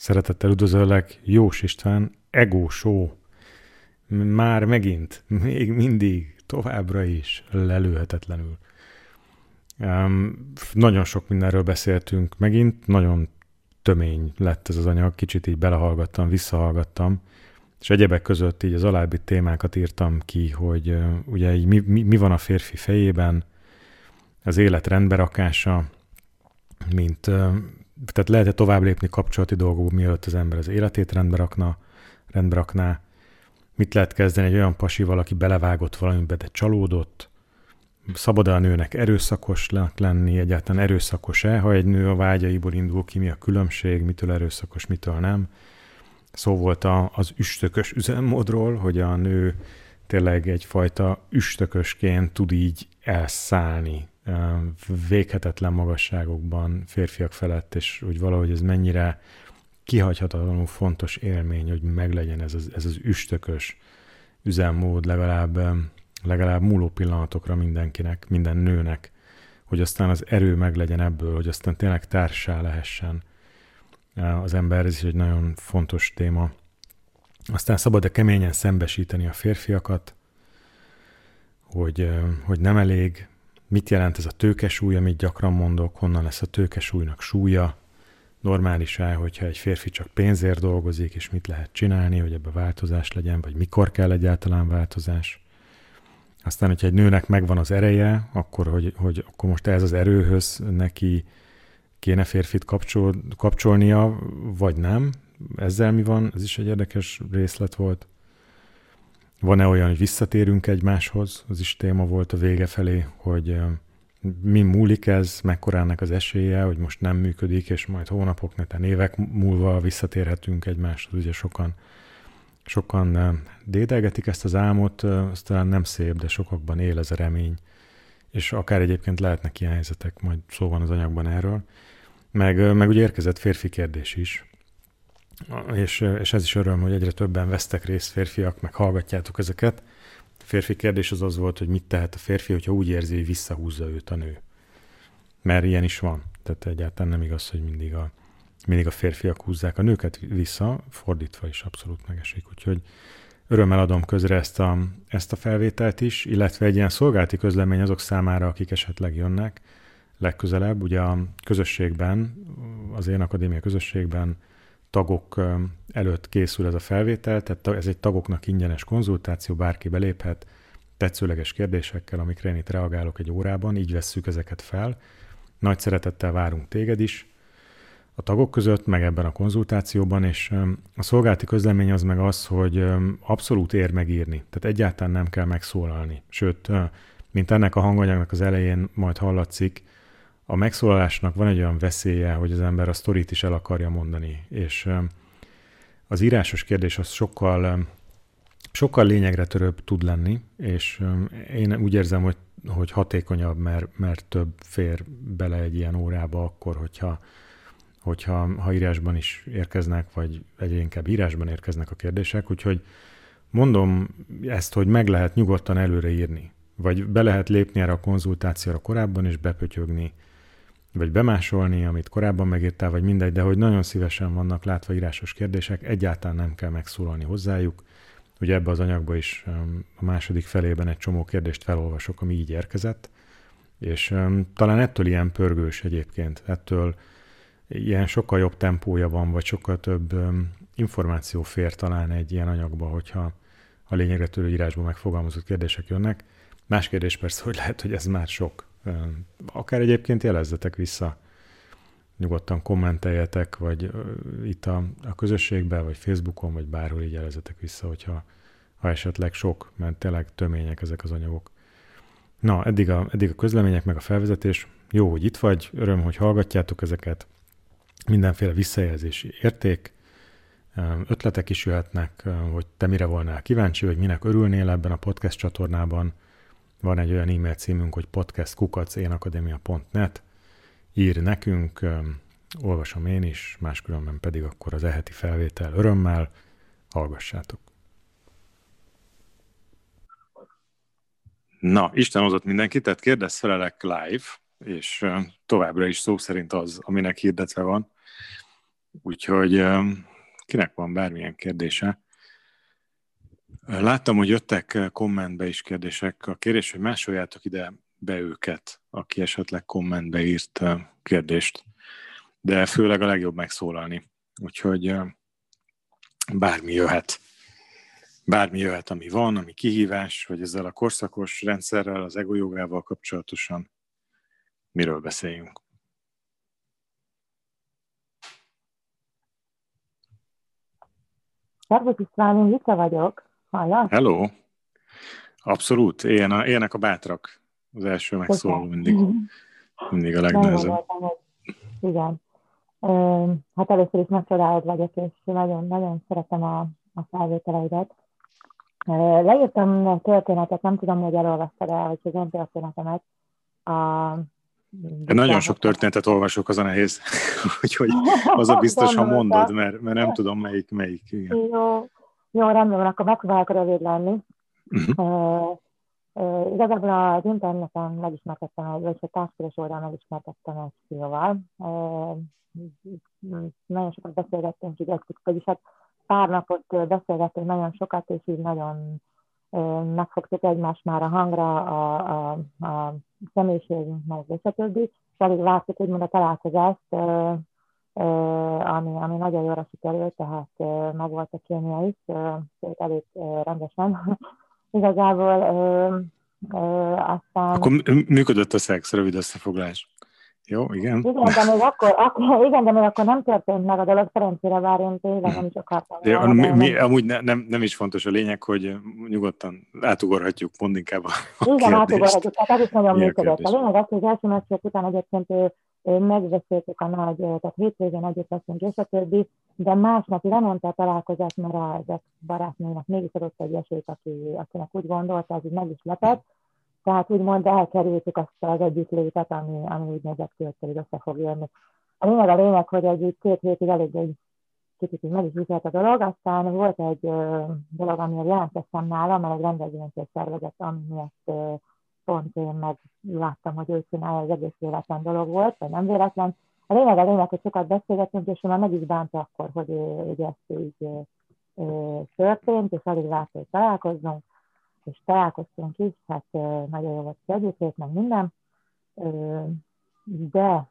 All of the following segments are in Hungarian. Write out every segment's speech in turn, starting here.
Szeretettel üdvözöllek, Jós István, Ego Show. Már megint, még mindig, továbbra is, lelőhetetlenül. Nagyon sok mindenről beszéltünk megint, nagyon tömény lett ez az anyag, kicsit így belehallgattam, visszahallgattam, és egyebek között így az alábbi témákat írtam ki, hogy ugye így mi van a férfi fejében, az élet rendberakása, tehát lehet-e tovább lépni kapcsolati dolgokból, mielőtt az ember az életét rendbe rakná, mit lehet kezdeni egy olyan pasival, aki belevágott valamibe, de csalódott, szabad-e a nőnek erőszakosnak lenni, egyáltalán erőszakos-e, ha egy nő a vágyaiból indul ki, mi a különbség, mitől erőszakos, mitől nem. Szó volt az üstökös üzemmódról, hogy a nő tényleg egyfajta üstökösként tud így elszállni véghetetlen magasságokban férfiak felett, és úgy valahogy ez mennyire kihagyhatatlanul fontos élmény, hogy meglegyen ez az üstökös üzemmód legalább múló pillanatokra mindenkinek, minden nőnek, hogy aztán az erő meglegyen ebből, hogy aztán tényleg társá lehessen az ember, ez is egy nagyon fontos téma. Aztán szabad-e keményen szembesíteni a férfiakat, hogy nem elég, mit jelent ez a tőkesúly, amit gyakran mondok, honnan lesz a tőkesúlynak súlya, normális-e, hogyha egy férfi csak pénzért dolgozik, és mit lehet csinálni, hogy ebbe változás legyen, vagy mikor kell egyáltalán változás. Aztán, hogyha egy nőnek megvan az ereje, akkor akkor most ez az erőhöz neki kéne férfit kapcsolnia, vagy nem. Ezzel mi van? Ez is egy érdekes részlet volt. Van-e olyan, hogy visszatérünk egymáshoz? Az is téma volt a vége felé, hogy mi múlik ez, mekkora ennek az esélye, hogy most nem működik, és majd hónapok, netán évek múlva visszatérhetünk egymáshoz. Ugye sokan dédelgetik ezt az álmot, aztán nem szép, de sokakban él ez a remény. És akár egyébként lehetnek ilyen helyzetek, majd szó van az anyagban erről. Meg ugye érkezett férfi kérdés is. És ez is öröm, hogy egyre többen vesztek részt férfiak, meg hallgatjátok ezeket. A férfi kérdés az volt, hogy mit tehet a férfi, hogyha úgy érzi, hogy visszahúzza őt a nő. Mert ilyen is van. Tehát egyáltalán nem igaz, hogy mindig a férfiak húzzák a nőket vissza, fordítva is abszolút megesik. Úgyhogy örömmel adom közre ezt a felvételt is, illetve egy ilyen szolgálati közlemény azok számára, akik esetleg jönnek legközelebb. Ugye a közösségben, az Én Akadémia közösségben tagok előtt készül ez a felvétel, tehát ez egy tagoknak ingyenes konzultáció, bárki beléphet tetszőleges kérdésekkel, amikre én itt reagálok egy órában, így vesszük ezeket fel. Nagy szeretettel várunk téged is a tagok között, meg ebben a konzultációban, és a szolgálati közlemény az meg az, hogy abszolút ér megírni, tehát egyáltalán nem kell megszólalni. Sőt, mint ennek a hanganyagnak az elején majd hallatszik, a megszólalásnak van egy olyan veszélye, hogy az ember a sztorit is el akarja mondani, és az írásos kérdés az sokkal lényegre törőbb tud lenni, és én úgy érzem, hogy hatékonyabb, mert több fér bele egy ilyen órába akkor, hogyha írásban is érkeznek, vagy egyre inkább írásban érkeznek a kérdések, úgyhogy mondom ezt, hogy meg lehet nyugodtan előre írni, vagy be lehet lépni erre a konzultációra korábban, és bepötyögni, vagy bemásolni, amit korábban megírtál, vagy mindegy, de hogy nagyon szívesen vannak látva írásos kérdések, egyáltalán nem kell megszólalni hozzájuk. Ugye ebbe az anyagba is a második felében egy csomó kérdést felolvasok, ami így érkezett, és talán ettől ilyen pörgős egyébként, ettől ilyen sokkal jobb tempója van, vagy sokkal több információ fér talán egy ilyen anyagba, hogyha a lényegre törő írásban megfogalmazott kérdések jönnek. Más kérdés persze, hogy lehet, hogy ez már sok. Akár egyébként jelezzetek vissza, nyugodtan kommenteljetek, vagy itt a közösségben, vagy Facebookon, vagy bárhol így jelezzetek vissza, hogyha esetleg sok, mert tényleg tömények ezek az anyagok. Na, eddig a közlemények, meg a felvezetés. Jó, hogy itt vagy, öröm, hogy hallgatjátok ezeket. Mindenféle visszajelzési érték, ötletek is jöhetnek, hogy te mire volnál kíváncsi, hogy minek örülnél ebben a podcast csatornában. Van egy olyan e-mail címünk, hogy podcast@enakademia.net. Ír nekünk, olvasom én is, máskülönben pedig akkor az eheti felvétel örömmel. Hallgassátok! Na, Isten hozott mindenkit, tehát kérdezz felelek live, és továbbra is szó szerint az, aminek hirdetve van. Úgyhogy kinek van bármilyen kérdése? Láttam, hogy jöttek kommentbe is kérdések. A kérdés, hogy másoljátok ide be őket, aki esetleg kommentbe írt kérdést. De főleg a legjobb megszólalni. Úgyhogy bármi jöhet. Bármi jöhet, ami van, ami kihívás, vagy ezzel a korszakos rendszerrel, az ego jogával kapcsolatosan miről beszéljünk. Szervusz István, én Vika vagyok. Hallasz? Hello! Abszolút. Éljenek a bátrak. Az első megszólaló mindig a legnehezebb. Hogy igen. Hát először is megcsodálod vagyok, és nagyon-nagyon szeretem a felvételeidet. Leírtam a történetet, nem tudom, hogy elolvastad el, hogy az én történetemet. Nagyon sok történetet olvasok, az a nehéz. Úgyhogy az a biztos, ha mondod, mert nem tudom, melyik. Igen. Jó, rendben van, akkor megpróbálok rövid lenni. Igazából az interneten megismertettem, vagy a társkeres oldalon megismertettem egy fiúval. Nagyon sokat beszélgettünk, vagyis hát pár napot beszélgettünk nagyon sokat, és így nagyon megfogtuk egymást már a hangra, a személyiségünknek, és a többi. És alig vártuk úgymond a találkozást, ami nagyon jóra sikerült, tehát meg volt a kémia is, sőt elég rendesen. Igazából aztán... Akkor működött a szex, rövid összefoglalás. Jó, igen. Igen, de még akkor nem történt meg a dolog, szerencsére, bár én tényleg nem is akartam. Amúgy nem is fontos a lényeg, hogy nyugodtan átugorhatjuk, pont inkább a igen, átugorhatjuk, tehát ez is nagyon működött. A lényeg az, hogy az első meccsek után egyébként megbeszéltük tehát hétvégén együtt leszünk, és a többi, de másnap lemondta a találkozást, mert ezek barátnőnek mégis adott egy esélyt, akinek úgy gondolta, ez így meg is lepett. Tehát úgymond elkerültük azt az együttlétet, ami úgy nézett ki, hogy össze fog jönni. A lényeg, hogy egy 2 hétig elég egy kicsit meg is viselt a dolog, aztán volt egy dolog, amiért jelentkeztem nála, mert egy rendezvényt szervezett, ami miatt pont én meg láttam, hogy ő csinálja, az egész véletlen dolog volt, vagy nem véletlen. A lényeg, hogy sokat beszélgettünk, és ő már meg is bánta akkor, hogy ezt így történt, és alig várta, hogy találkozzunk, és találkoztunk is, hát nagyon jó volt az együttlét, meg minden, de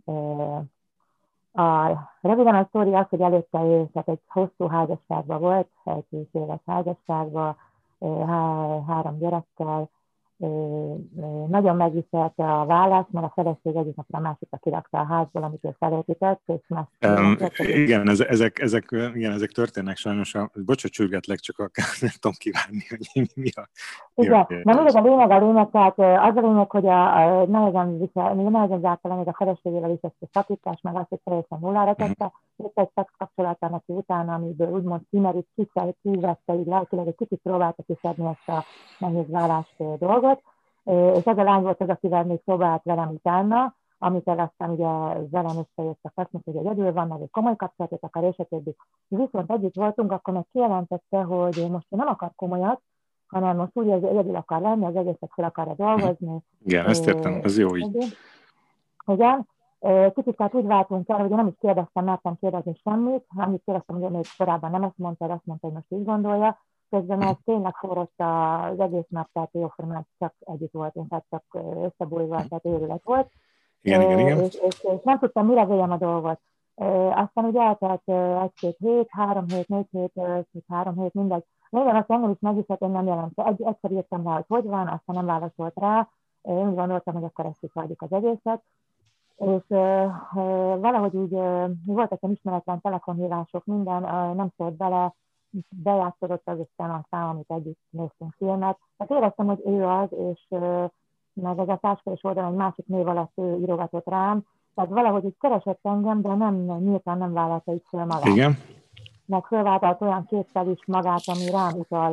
röviden a sztori az, hogy előtte ő egy hosszú házasságban volt, egy 20 éves házasságban, 3 gyerekkel, nagyon megviselte a vállást, mert a feleség egyik napra a másikra kirakta a házból, amit ő felépített, és más... Igen, ezek történnek sajnos. Bocsát, csürgetlek, csak nem tudom kívánni, hogy mi a... Igen, na mindegy, a lényeg, tehát az a lényeg, hogy nehezen zárta le még a feleségével is ezt a szakítást, meg azt, hogy teljesen nullára tette, itt egy szex kapcsolata neki utána, amiből úgymond kimerült, kivette, így lelkileg egy kicsit próbálta kiszedni ezt a nehéz vállás dolgot, és ez a lány volt az, akivel még próbált velem utána, amikor aztán ugye velem összejöttek azt mondta, hogy egyedül van, meg egy komoly kapcsolatot akar, és a többi. Viszont együtt voltunk, akkor meg kijelentette, hogy most nem akar komolyat, hanem most úgy, hogy egyedül akar lenni, az egészet fel akarja dolgozni. Igen, ezt értem, ez jó így. Igen. Kicsit tehát úgy váltunk el, hogy én nem is kérdeztem, mertem kérdezni semmit, amit kérdeztem, hogy még korábban nem ezt mondta, azt mondta, hogy most így gondolja. Közben ez tényleg forrott az egész nap, tehát jóformán csak együtt voltunk, tehát csak összebújva, tehát őrület volt. Igen. És nem tudtam, mire vegyem a dolgot. Aztán ugye eltelt 1-2 hét, 3 hét, 4 hét, 3 hét, mindegy. Lényeg azt engem is megviselt, én nem jelentem. Egyszer írtam rá, hogy van, aztán nem válaszolt rá. Én gondoltam, hogy akkor ezt is hagyjuk az egészet. És valahogy úgy voltak ilyen ismeretlen telefonhívások, minden, nem szólt bele, bejátszódott az a szám, amit együtt néztünk filmet. Tehát éreztem, hogy ő az, és meg ez a társkeres oldalon egy másik név alatt ő írogatott rám. Tehát valahogy úgy keresett engem, de nyíltan nem vállalta így föl magát. Igen. Meg fölvállalt olyan képpel is magát, ami rám utal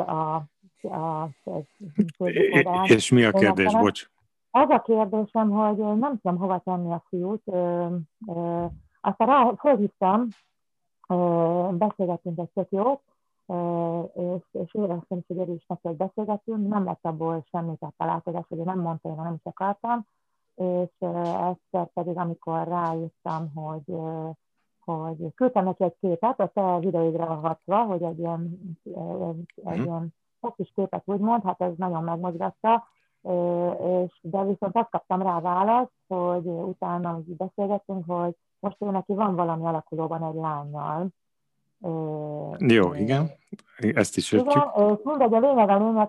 és mi a kérdés, bocs? Az a kérdésem, hogy nem tudom hova tenni a fiút. Aztán fölhívtam, beszélgettünk egy tök jót, és éreztem, hogy ő is neki, hogy beszélgettünk, nem lett abból semmit a találkozás, hogy nem mondta, én nem is akartam, és egyszer pedig, amikor rájöttem, hogy küldtem neki egy képet, a te videóidra hatva, hogy egy ilyen kis képet úgymond, hát ez nagyon megmozgatta, de viszont azt kaptam rá választ, hogy utána úgy beszélgettünk, hogy most ő neki van valami alakulóban egy lánnyal. Jó, igen, ezt is értjük. Igen, és mindegy, a lényeg,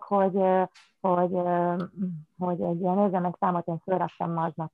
hogy egy ilyen érzelmek számot én felraktam másnak.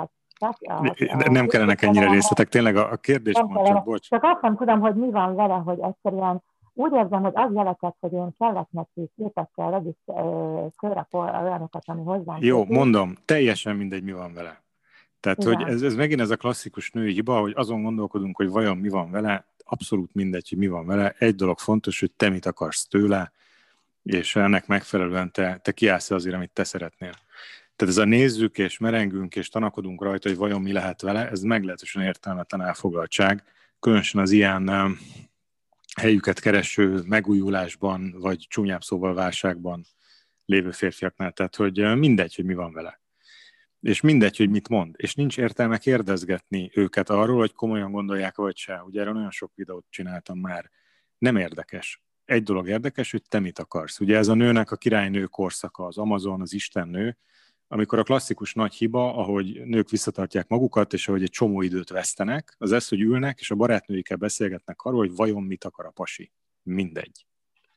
Nem kellenek ennyire részletek, tényleg a kérdéspont csak, bocs. Csak azt nem tudom, hogy mi van vele, hogy egyszerűen úgy érzem, hogy az jeleket, hogy én kellett neki képekkel fölrakol olyanokat, ami hozzám. Jó, mondom, teljesen mindegy, mi van vele. Tehát, igen. Hogy ez megint ez a klasszikus női hiba, hogy azon gondolkodunk, hogy vajon mi van vele, abszolút mindegy, hogy mi van vele. Egy dolog fontos, hogy te mit akarsz tőle, és ennek megfelelően te kiállsz azért, amit te szeretnél. Tehát ez a nézzük, és merengünk, és tanakodunk rajta, hogy vajon mi lehet vele, ez meglehetősen értelmetlen elfoglaltság, különösen az ilyen helyüket kereső megújulásban, vagy csúnyább szóval válságban lévő férfiaknál. Tehát, hogy mindegy, hogy mi van vele. És mindegy, hogy mit mond. És nincs értelme kérdezgetni őket arról, hogy komolyan gondolják, vagy se. Ugye erről nagyon sok videót csináltam már. Nem érdekes. Egy dolog érdekes, hogy te mit akarsz. Ugye ez a nőnek a királynő korszaka, az Amazon, az istennő, amikor a klasszikus nagy hiba, ahogy nők visszatartják magukat, és ahogy egy csomó időt vesztenek, az hogy ülnek, és a barátnőikkel beszélgetnek arról, hogy vajon mit akar a pasi. Mindegy.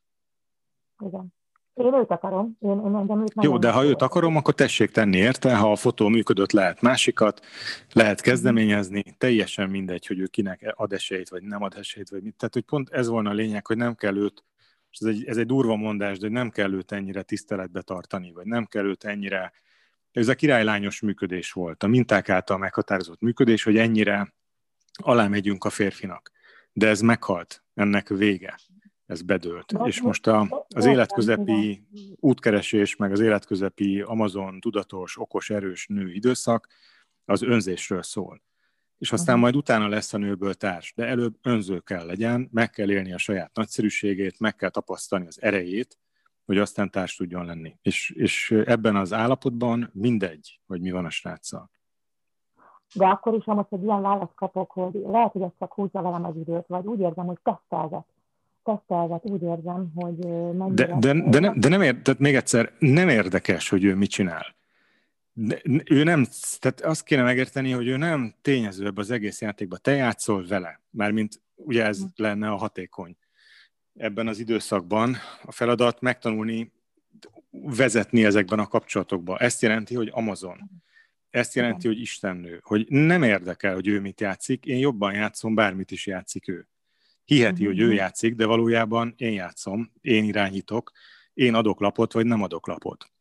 Igen. Én őt akarom. Jó, de ha őt akarom, akkor tessék tenni érte, ha a fotó működött, lehet másikat, lehet kezdeményezni, teljesen mindegy, hogy ő kinek ad esélyt, vagy nem ad esélyt, vagy mit. Tehát, hogy pont ez volna a lényeg, hogy nem kell őt, és ez egy durva mondás, de hogy nem kell őt ennyire tiszteletbe tartani, vagy nem kell őt ennyire. Ez a királylányos működés volt, a minták által meghatározott működés, hogy ennyire alámegyünk a férfinak. De ez meghalt, ennek vége. Ez bedőlt. És most az életközepi útkeresés, meg az életközepi Amazon tudatos, okos, erős nő időszak, az önzésről szól. És aztán majd utána lesz a nőből társ, de előbb önző kell legyen, meg kell élni a saját nagyszerűségét, meg kell tapasztalni az erejét, hogy aztán társ tudjon lenni. És ebben az állapotban mindegy, hogy mi van a sráccal. De akkor is, amikor egy ilyen választ kapok, hogy lehet, hogy ez csak húzza velem az időt, vagy úgy érzem, hogy tesztelget, úgy érzem, hogy mennyire... De nem tehát még egyszer, nem érdekes, hogy ő mit csinál. Ő nem, tehát azt kéne megérteni, hogy ő nem tényező ebbe az egész játékban. Te játszol vele, mármint ugye ez lenne a hatékony. Ebben az időszakban a feladat megtanulni vezetni ezekben a kapcsolatokban. Ezt jelenti, hogy Amazon. Ezt jelenti, hogy istennő. Hogy nem érdekel, hogy ő mit játszik, én jobban játszom, bármit is játszik ő. Hiheti, hogy ő játszik, de valójában én játszom, én irányítok, én adok lapot, vagy nem adok lapot.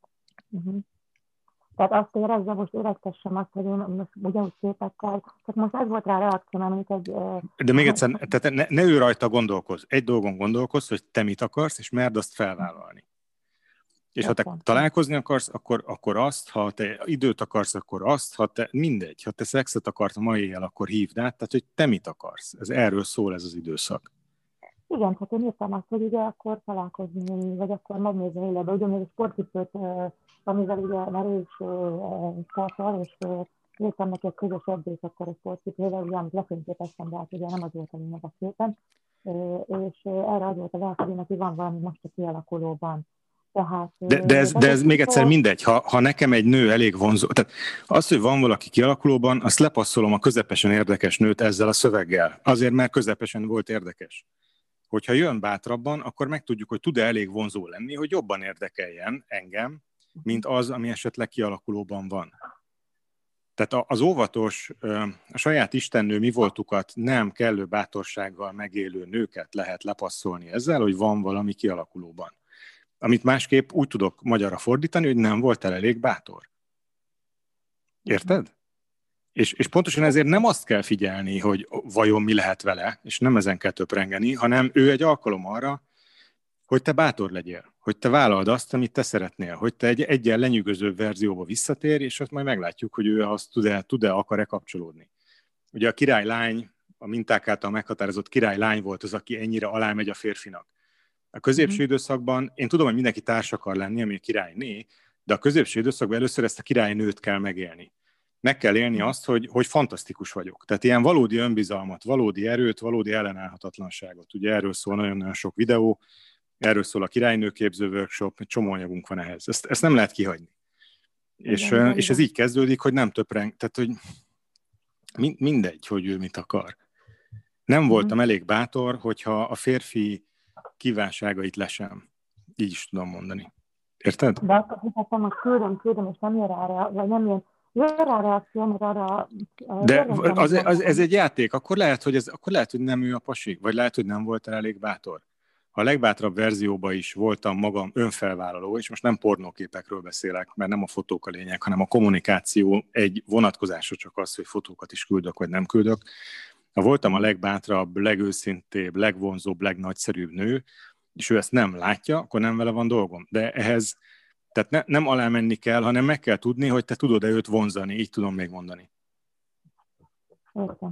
Tehát azt érezze, most éreztessem azt, hogy én most ugyanúgy képekkel, csak most ez volt rá reakció, amit egy... De még egyszer, tehát ne ő rajta gondolkozz. Egy dolgon gondolkozz, hogy te mit akarsz, és merd azt felvállalni. És ha te találkozni akarsz, akkor azt, ha te időt akarsz, akkor azt, ha te mindegy, ha te szexet akarsz a mai éjjel, akkor hívd át, tehát hogy te mit akarsz. Ez erről szól ez az időszak. Igen, hát én írtam azt, hogy ugye akkor találkozni, vagy akkor megnézni élebe, ugyanúgy a sportcipőt, amivel ugye már ő is sportol, és írtam neki egy közös edzés akkor a sportcipővel, ugye amit lefényképeztem, de hát ugye nem az volt a lényeg a képen, és erre az volt a válasz, hogy neki van valami most a kialakulóban. Tehát, de ez még egyszer mindegy, ha nekem egy nő elég vonzó, tehát az, hogy van valaki kialakulóban, azt lepasszolom a közepesen érdekes nőt ezzel a szöveggel, azért mert közepesen volt érdekes. Hogyha jön bátrabban, akkor megtudjuk, hogy tud-e elég vonzó lenni, hogy jobban érdekeljen engem, mint az, ami esetleg kialakulóban van. Tehát az óvatos, a saját istennő mi voltukat nem kellő bátorsággal megélő nőket lehet lepasszolni ezzel, hogy van valami kialakulóban. Amit másképp úgy tudok magyarra fordítani, hogy nem voltál elég bátor. Érted? És pontosan ezért nem azt kell figyelni, hogy vajon mi lehet vele, és nem ezen kell töprengeni, hanem ő egy alkalom arra, hogy te bátor legyél, hogy te vállald azt, amit te szeretnél, hogy te egy egyen lenyűgözőbb verzióba visszatér, és azt majd meglátjuk, hogy ő azt tud-e, akar-e kapcsolódni. Ugye a királylány, a minták által meghatározott királylány volt az, aki ennyire alámegy a férfinak. A középső időszakban, én tudom, hogy mindenki társ akar lenni, ami a királyné, de a középső időszakban először ezt a királynőt kell megélni. meg kell élni azt, hogy fantasztikus vagyok. Tehát ilyen valódi önbizalmat, valódi erőt, valódi ellenállhatatlanságot. Ugye erről szól nagyon-nagyon sok videó, erről szól a királynőképző workshop, egy csomó anyagunk van ehhez. Ezt nem lehet kihagyni. És ez így kezdődik, hogy nem töpreng, tehát hogy mindegy, hogy ő mit akar. Nem voltam elég bátor, hogyha a férfi kívánságait lesem. Így is tudom mondani. Érted? De akkor hiszem, hogy küldöm, és nem jön rá, vagy nem jön rá reakció, mert arra... De ez egy játék, akkor lehet, hogy nem ő a pasi, vagy lehet, hogy nem voltál elég bátor. A legbátrabb verzióban is voltam magam önfelvállaló, és most nem pornóképekről beszélek, mert nem a fotók a lényeg, hanem a kommunikáció egy vonatkozása csak az, hogy fotókat is küldök, vagy nem küldök. Ha voltam a legbátrabb, legőszintébb, legvonzóbb, legnagyszerűbb nő, és ő ezt nem látja, akkor nem vele van dolgom. De ehhez tehát nem alámenni kell, hanem meg kell tudni, hogy te tudod-e őt vonzani, így tudom még mondani. Értem.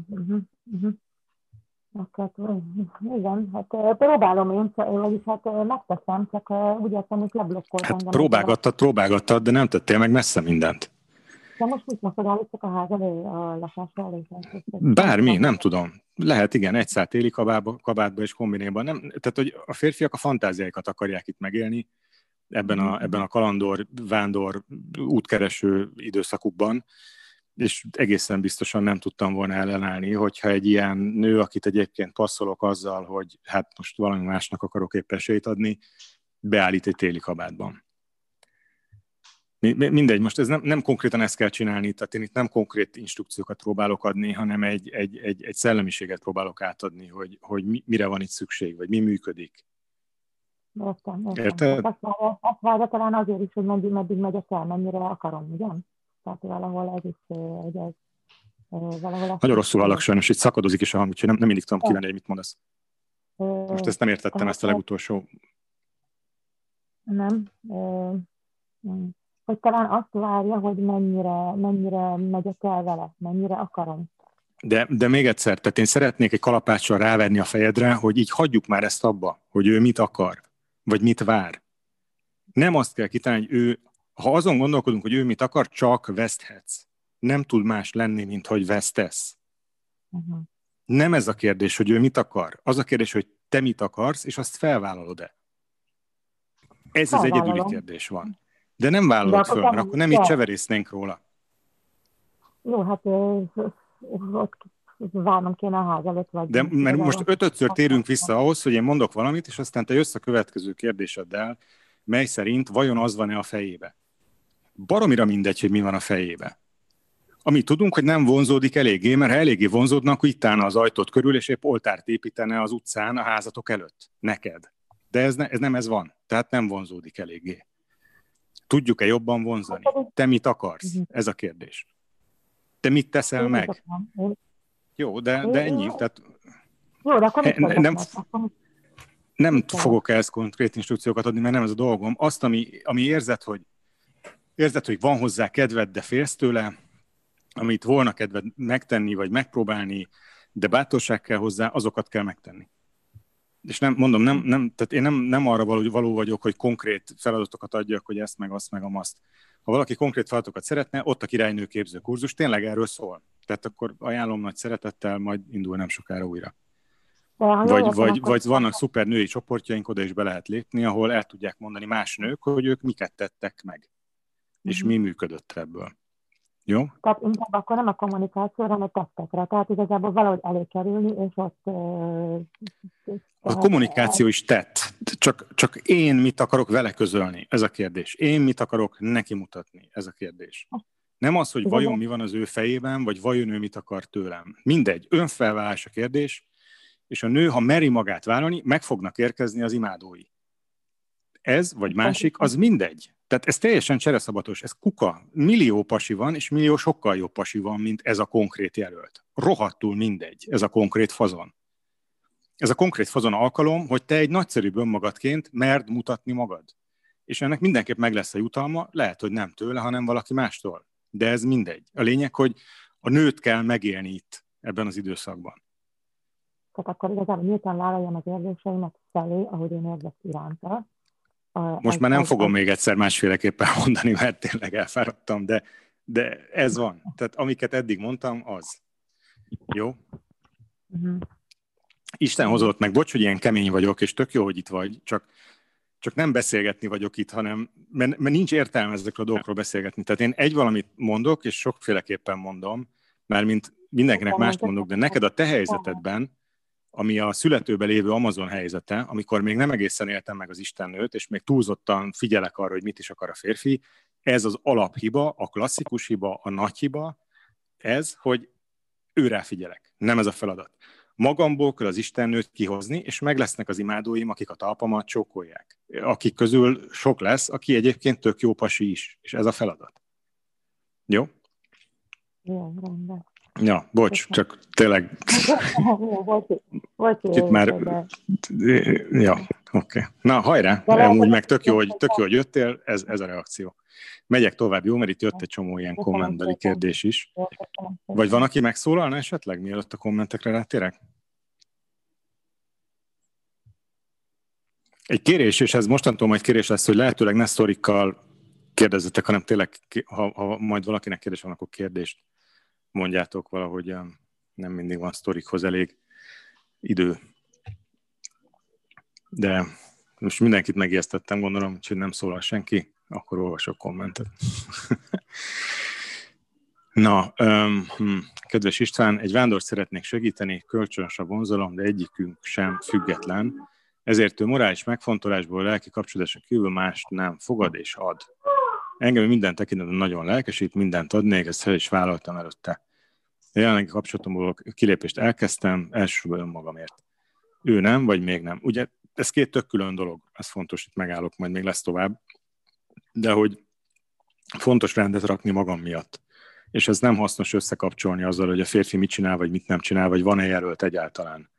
Igen, hát próbálom én, vagyis hát megteszem, csak úgy értem, hogy leblokkoltam. Hát próbálgattad, de nem tettél meg messze mindent. De most mit mosod, állítok a ház elé, a lakás elé? Bármi, nem tudom. Lehet, igen, egy szál téli kabátba és kombinéban. Nem, tehát, hogy a férfiak a fantáziáikat akarják itt megélni ebben a kalandor, vándor, útkereső időszakukban, és egészen biztosan nem tudtam volna ellenállni, hogyha egy ilyen nő, akit egyébként passzolok azzal, hogy hát most valami másnak akarok épp esélyt adni, beállít egy téli kabátban. Mindegy, most ez nem konkrétan ezt kell csinálni, tehát én itt nem konkrét instrukciókat próbálok adni, hanem egy szellemiséget próbálok átadni, hogy mire van itt szükség, vagy mi működik. Értem. Érted? Azt várja talán azért is, hogy meddig megyek el, mennyire akarom, ugyan? Tehát valahol ez is valahol... Nagyon rosszul hallak sajnos, hogy szakadozik is a hang, úgyhogy nem mindig tudom kivenni, hogy mit mondasz. Most ezt nem értettem, ezt a legutolsó. Nem. Hogy talán azt várja, hogy mennyire megyek el vele, mennyire akarom. De még egyszer, tehát én szeretnék egy kalapáccsal ráverni a fejedre, hogy így hagyjuk már ezt abba, hogy ő mit akar, vagy mit vár. Nem azt kell kitalálni, hogy ő, ha azon gondolkodunk, hogy ő mit akar, csak veszthetsz. Nem tud más lenni, mint hogy vesztesz. Nem ez a kérdés, hogy ő mit akar. Az a kérdés, hogy te mit akarsz, és azt felvállalod-e. Ez az egyedüli kérdés van. De nem vállalod föl, mert akkor nem így cseverésznénk róla. Jó, hát ott várnom kéne a ház előtt. Vagy de mert most ötödször térünk vissza ahhoz, hogy én mondok valamit, és aztán te jössz a következő kérdéseddel, mely szerint vajon az van-e a fejébe. Baromira mindegy, hogy mi van a fejébe. Amit tudunk, hogy nem vonzódik eléggé, mert ha eléggé vonzódna, akkor itt állna az ajtót körül, és épp oltárt építene az utcán a házatok előtt. Neked. De ez nem ez van. Tehát nem vonzódik eléggé. Tudjuk-e jobban vonzani? Te mit akarsz? Ez a kérdés. Te mit teszel meg? Jó, de ennyi. Tehát jó, de akkor nem fogok ehhez konkrét instrukciókat adni, mert nem ez a dolgom. Azt, ami érzed, hogy van hozzá kedved, de félsz tőle, amit volna kedved megtenni, vagy megpróbálni, de bátorság kell hozzá, azokat kell megtenni. És nem, mondom, tehát én nem arra való vagyok, hogy konkrét feladatokat adjak, hogy ezt, meg azt, meg azt. Ha valaki konkrét feladatokat szeretne, ott a királynőképző kurzus tényleg erről szól. Tehát akkor ajánlom nagy szeretettel, majd indul nem sokára újra. Vagy vannak szuper női csoportjaink, oda is be lehet lépni, ahol el tudják mondani más nők, hogy ők miket tettek meg. És mi működött ebből. Jó? Tehát inkább akkor nem a kommunikációra, hanem a tettekre. Tehát igazából valahogy előkerülni, és ott... A kommunikáció is tett. Csak én mit akarok vele közölni? Ez a kérdés. Én mit akarok neki mutatni? Ez a kérdés. Nem az, hogy vajon mi van az ő fejében, vagy vajon ő mit akar tőlem. Mindegy. Önfelvállalás a kérdés, és a nő, ha meri magát vállalni, meg fognak érkezni az imádói. Ez, vagy másik, az mindegy. Tehát ez teljesen csereszabatos, ez kuka. Millió pasi van, és millió sokkal jobb pasi van, mint ez a konkrét jelölt. Rohadtul mindegy, ez a konkrét fazon. Ez a konkrét fazon alkalom, hogy te egy nagyszerűbb önmagadként merd mutatni magad. És ennek mindenképp meg lesz a jutalma, lehet, hogy nem tőle, hanem valaki mástól. De ez mindegy. A lényeg, hogy a nőt kell megélni itt, ebben az időszakban. Tehát akkor igazából nyíltan vállaljam az érzéseimet felé, ahogy én érzek iránta. Most már nem fogom még egyszer másféleképpen mondani, mert tényleg elfáradtam, de De ez van. Tehát amiket eddig mondtam, az. Jó? Isten hozott meg, bocs, hogy ilyen kemény vagyok, és tök jó, hogy itt vagy, csak nem beszélgetni vagyok itt, hanem mert nincs értelme ezekről a dolgokról beszélgetni. Tehát én egy valamit mondok, és sokféleképpen mondom, mármint mindenkinek mást mondok, de neked a te helyzetedben, ami a születőben lévő Amazon helyzete, amikor még nem egészen éltem meg az istennőt, és még túlzottan figyelek arra, hogy mit is akar a férfi, ez az alaphiba, a klasszikus hiba, a nagy hiba, ez, hogy őrá figyelek. Nem ez a feladat. Magamból kell az istennőt kihozni, és meg lesznek az imádóim, akik a talpamat csókolják. Akik közül sok lesz, aki egyébként tök jó pasi is, és ez a feladat. Jó? Jó, rendben. Ja, bocs, csak tényleg... Itt már... Ja, oké. Na, hajrá! Amúgy meg tök jó, hogy jöttél, ez a reakció. Megyek tovább, jó? Mert itt jött egy csomó ilyen kommentbeli kérdés is. Vagy van, aki megszólalna esetleg, mielőtt a kommentekre rátérek? Egy kérés, és ez mostantól majd kérés lesz, hogy lehetőleg ne sztorikkal kérdezzetek, hanem tényleg, ha majd valakinek kérdés van, akkor kérdést mondjátok valahogy, nem mindig van sztorikhoz elég idő. De most mindenkit megijesztettem, gondolom, úgyhogy nem szólal senki, akkor olvasok kommentet. Na, kedves István, egy vándort szeretnék segíteni, kölcsönös a vonzalom, de egyikünk sem független, ezért ő morális megfontolásból, lelki kapcsolódáson kívül mást nem fogad és ad. Engem minden tekintetben nagyon lelkesít, mindent adnék, ezt fel is vállaltam előtte. A jelenlegi kapcsolatomból kilépést elkezdtem, elsősorban önmagamért. Ő nem, vagy még nem. Ugye ez két tök külön dolog, ez fontos, itt megállok, majd még lesz tovább. De hogy fontos rendet rakni magam miatt. És ez nem hasznos összekapcsolni azzal, hogy a férfi mit csinál, vagy mit nem csinál, vagy van-e jelölt egyáltalán.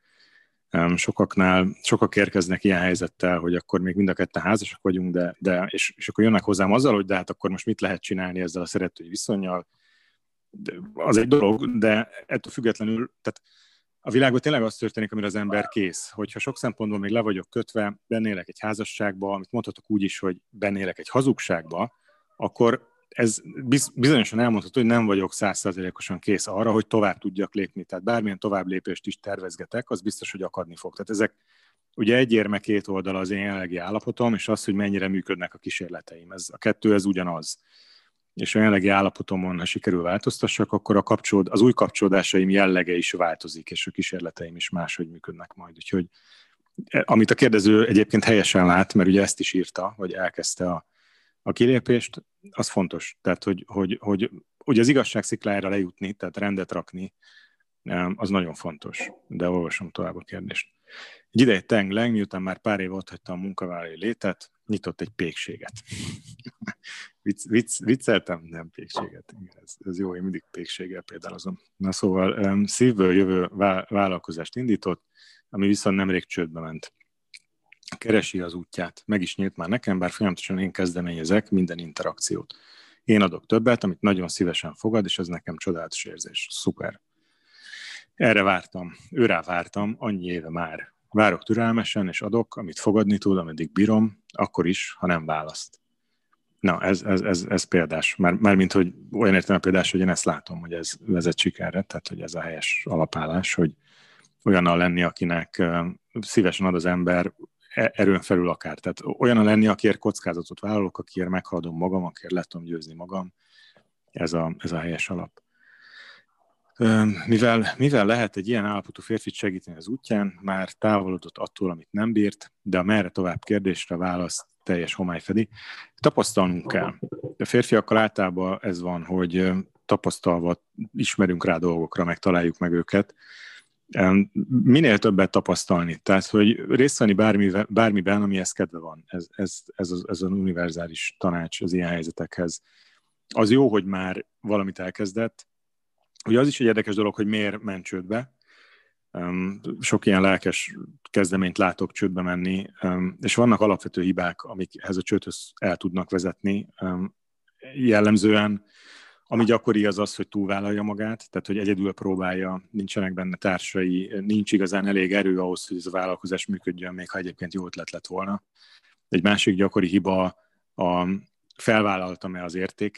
Sokak érkeznek ilyen helyzettel, hogy akkor még mind a ketten házasak vagyunk, és akkor jönnek hozzám azzal, hogy de hát akkor most mit lehet csinálni ezzel a szeretői viszonnyal. Az egy dolog, de ettől függetlenül, tehát a világban tényleg az történik, amire az ember kész. Hogyha sok szempontból még le vagyok kötve, bennélek egy házasságba, amit mondhatok úgy is, hogy bennélek egy hazugságba, akkor ez bizonyosan elmondható, hogy nem vagyok 100%-osan kész arra, hogy tovább tudjak lépni. Tehát bármilyen tovább lépést is tervezgetek, az biztos, hogy akadni fog. Tehát ezek ugye egy érme két oldala az én jelenlegi állapotom, és az, hogy mennyire működnek a kísérleteim. Ez, a kettő ez ugyanaz. És a jelenlegi állapotomon, ha sikerül változtassak, akkor az új kapcsolódásaim jellege is változik, és a kísérleteim is máshogy működnek majd. Úgyhogy amit a kérdező egyébként helyesen lát, mert ugye ezt is írta, hogy elkezdte a kilépést, az fontos. Tehát, hogy az igazság sziklájára lejutni, tehát rendet rakni, az nagyon fontos. De olvasom tovább a kérdést. Egy ideje Teng Leng, miután már pár év ott hagyta a munkavállalói létet, nyitott egy pékséget. Vicceltem? Nem pékséget. Ez jó, én mindig pékséggel példálozom. Na szóval szívből jövő vállalkozást indított, ami viszont nemrég csődbe ment. Keresi az útját. Meg is nyílt már nekem, bár folyamatosan én kezdeményezek minden interakciót. Én adok többet, amit nagyon szívesen fogad, és ez nekem csodálatos érzés. Szuper. Erre vártam. Őrá vártam, annyi éve már. Várok türelmesen, és adok, amit fogadni tud, ameddig bírom, akkor is, ha nem választ. Na, ez példás. Mármint, hogy olyan értelme példás, hogy én ezt látom, hogy ez vezet sikerre, tehát, hogy ez a helyes alapállás, hogy olyannal lenni, akinek szívesen ad az ember, erőn felül akár. Tehát olyannal lenni, akiért kockázatot vállalok, akiért meghaladom magam, akiért le tudom győzni magam. Ez a helyes alap. Mivel lehet egy ilyen állapotú férfit segíteni az útján, már távolodott attól, amit nem bírt, de a merre tovább kérdésre válasz teljes homály fedi. Tapasztalnunk kell. A férfiakkal általában ez van, hogy tapasztalva ismerünk rá dolgokra, meg találjuk meg őket. Minél többet tapasztalni, tehát hogy részt venni bármiben, amihez kedve van. Ez az univerzális tanács az ilyen helyzetekhez. Az jó, hogy már valamit elkezdett. Ugye az is egy érdekes dolog, hogy miért ment csődbe. Sok ilyen lelkes kezdeményt látok csődbe menni, és vannak alapvető hibák, amik ehhez a csődhöz el tudnak vezetni. Jellemzően, ami gyakori az, hogy túlvállalja magát, tehát hogy egyedül próbálja, nincsenek benne társai, nincs igazán elég erő ahhoz, hogy ez a vállalkozás működjön, még ha egyébként jó ötlet lett volna. Egy másik gyakori hiba, felvállaltam-e az értéket,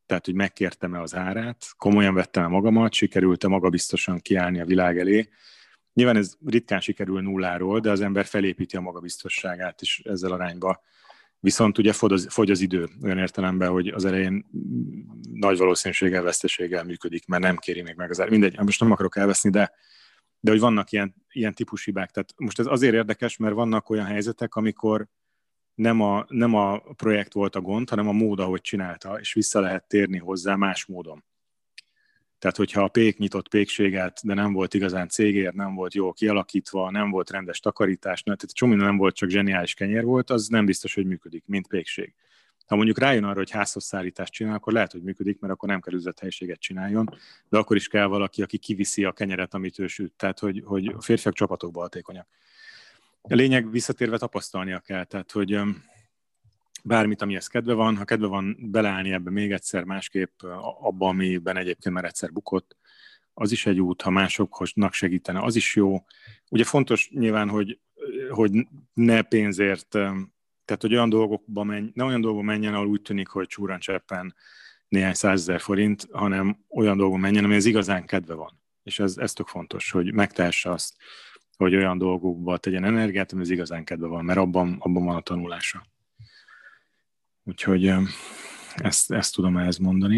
tehát hogy megkértem-e az árát, komolyan vettem-e magamat, sikerült-e magabiztosan kiállni a világ elé. Nyilván ez ritkán sikerül nulláról, de az ember felépíti a magabiztosságát is ezzel arányba. Viszont ugye fogy az idő olyan értelemben, hogy az elején nagy valószínűséggel, veszteséggel működik, mert nem kéri még meg az árát. Mindegy, most nem akarok elveszni, de hogy vannak ilyen típus hibák. Tehát most ez azért érdekes, mert vannak olyan helyzetek, amikor nem a projekt volt a gond, hanem a mód, ahogy csinálta, és vissza lehet térni hozzá más módon. Tehát, hogyha a pék nyitott pékséget, de nem volt igazán cégért, nem volt jól kialakítva, nem volt rendes takarítás, tehát csomó nem volt, csak zseniális kenyér volt, az nem biztos, hogy működik, mint pékség. Ha mondjuk rájön arra, hogy házhoz szállítást csinál, akkor lehet, hogy működik, mert akkor nem kell üzlethelyiséget csináljon, de akkor is kell valaki, aki kiviszi a kenyeret, amit ő süt. Tehát, hogy a férfiak csapatokba hatékonyak. A lényeg visszatérve tapasztalnia kell, tehát, hogy bármit, amihez kedve van, ha kedve van beleállni ebbe még egyszer másképp, abban, amiben egyébként már egyszer bukott, az is egy út, ha másoknak segítene, az is jó. Ugye fontos nyilván, hogy ne pénzért, tehát hogy olyan dolgokba ne olyan dolgokba menjen, ahol úgy tűnik, hogy csúran cseppen néhány 100 000 forint, hanem olyan dolgokba menjen, amihez igazán kedve van. És ez tök fontos, hogy megtehesse azt, hogy olyan dolgokba tegyen energiát, amihez igazán kedve van, mert abban van a tanulása. Úgyhogy ezt tudom ehhez mondani.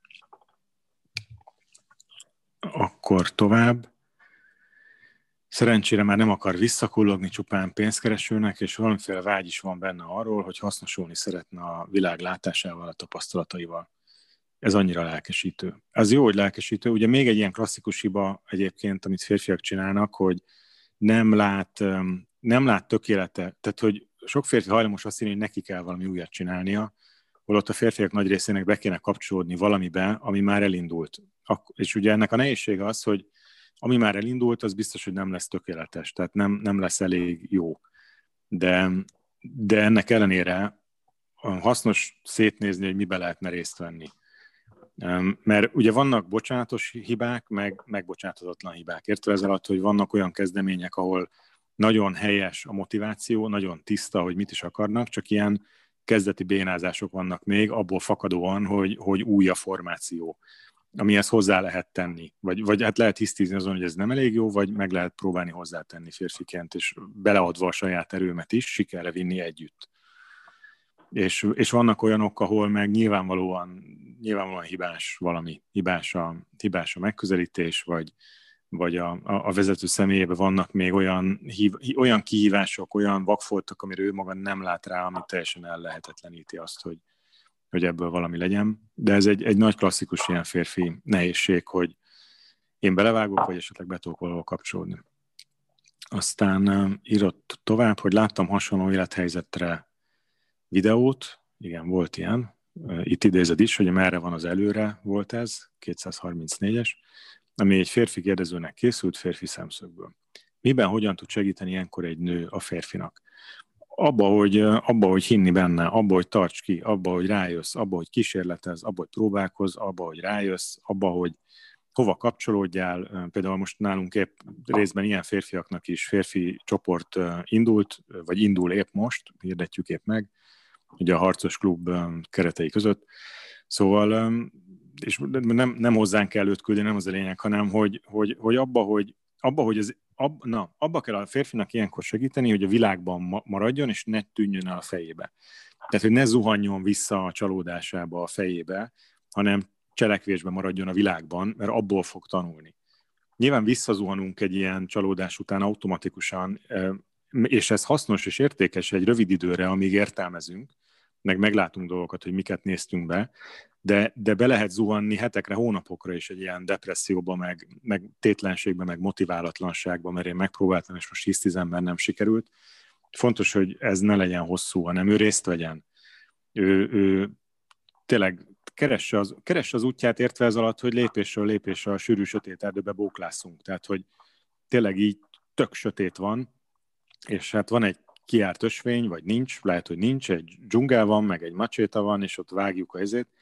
Akkor tovább. Szerencsére már nem akar visszakullogni csupán pénzkeresőnek, és valamiféle vágy is van benne arról, hogy hasznosulni szeretne a világ látásával, a tapasztalataival. Ez annyira lelkesítő. Az jó, hogy lelkesítő. Ugye még egy ilyen klasszikus hiba egyébként, amit férfiak csinálnak, hogy nem lát tökélete. Tehát, hogy sok férfi hajlamos azt hinni, hogy neki kell valami újat csinálnia, holott a férfiak nagy részének be kéne kapcsolódni valamibe, ami már elindult. És ugye ennek a nehézsége az, hogy ami már elindult, az biztos, hogy nem lesz tökéletes, tehát nem lesz elég jó. De ennek ellenére hasznos szétnézni, hogy mibe lehetne részt venni. Mert ugye vannak bocsánatos hibák, meg megbocsátatatlan hibák. Értve ez alatt, hogy vannak olyan kezdemények, ahol nagyon helyes a motiváció, nagyon tiszta, hogy mit is akarnak, csak ilyen kezdeti bénázások vannak még, abból fakadóan, hogy új a formáció, amihez hozzá lehet tenni. Vagy hát lehet hisztizni azon, hogy ez nem elég jó, vagy meg lehet próbálni hozzátenni férfiként, és beleadva a saját erőmet is, sikerre vinni együtt. És vannak olyanok, ahol meg nyilvánvalóan hibás valami, hibás a megközelítés, vagy a vezető személyében vannak még olyan kihívások, olyan vakfoltok, amire ő maga nem lát rá, ami teljesen ellehetetleníti azt, hogy ebből valami legyen. De ez egy nagy klasszikus ilyen férfi nehézség, hogy én belevágok, vagy esetleg be tudok valahol kapcsolódni. Aztán írott tovább, hogy láttam hasonló élethelyzetre videót, igen, volt ilyen, itt idézed is, hogy merre van az előre, volt ez, 234-es, ami egy férfi kérdezőnek készült férfi szemszögből. Miben, hogyan tud segíteni ilyenkor egy nő a férfinak? Abba, hogy hinni benne, abba, hogy tarts ki, abba, hogy rájössz, abba, hogy kísérletez, abba, hogy próbálkozz, abba, hogy rájössz, abba, hogy hova kapcsolódjál. Például most nálunk épp részben ilyen férfiaknak is férfi csoport indult, vagy indul épp most, hirdetjük épp meg, ugye a Harcos Klub keretei között. Szóval, és nem hozzánk kell őt küldeni, nem az a lényeg, hanem hogy abba kell a férfinak ilyenkor segíteni, hogy a világban maradjon, és ne tűnjön el a fejébe. Tehát, hogy ne zuhanjon vissza a csalódásába a fejébe, hanem cselekvésben maradjon a világban, mert abból fog tanulni. Nyilván visszazuhanunk egy ilyen csalódás után automatikusan, és ez hasznos és értékes egy rövid időre, amíg értelmezünk, meg meglátunk dolgokat, hogy miket néztünk be, de be lehet zuhanni hetekre, hónapokra is egy ilyen depresszióba, meg tétlenségbe, meg motiválatlanságba, mert én megpróbáltam, és most hisztizemben nem sikerült. Fontos, hogy ez ne legyen hosszú, hanem ő részt vegyen. Ő tényleg keresse az útját, értve ez alatt, hogy lépésről lépésre a sűrű sötét erdőbe bóklászunk. Tehát, hogy tényleg így tök sötét van, és hát van egy kiárt ösvény, vagy nincs, lehet, hogy nincs, egy dzsungel van, meg egy macséta van, és ott vágjuk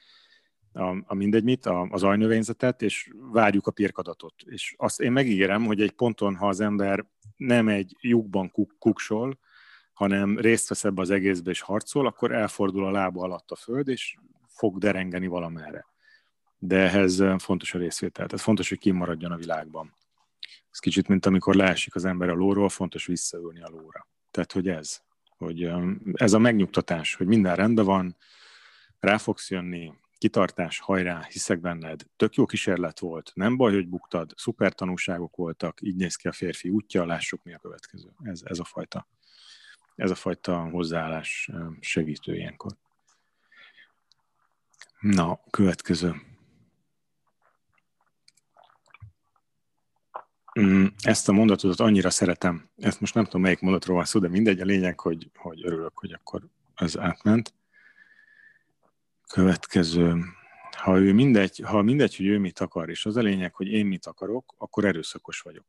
az ajnövényzetet, és várjuk a pirkadatot. És azt én megígérem, hogy egy ponton, ha az ember nem egy lyukban kuksol, hanem részt vesz ebbe az egészbe és harcol, akkor elfordul a lába alatt a föld, és fog derengeni valamerre. De ehhez fontos a részvétel, tehát fontos, hogy kimaradjon a világban. Ez kicsit, mint amikor leesik az ember a lóról, fontos visszaülni a lóra. Tehát, hogy ez a megnyugtatás, hogy minden rendben van, rá fogsz jönni, kitartás, hajrá, hiszek benned, tök jó kísérlet volt, nem baj, hogy buktad, szuper tanulságok voltak, így néz ki a férfi útja, lássuk, mi a következő. Ez a fajta hozzáállás segítő ilyenkor. Na, következő. Ezt a mondatot annyira szeretem, ezt most nem tudom, melyik mondatról van szó, de mindegy, a lényeg, hogy örülök, hogy akkor ez átment. Következő. Ha mindegy, hogy ő mit akar, és az a lényeg, hogy én mit akarok, akkor erőszakos vagyok.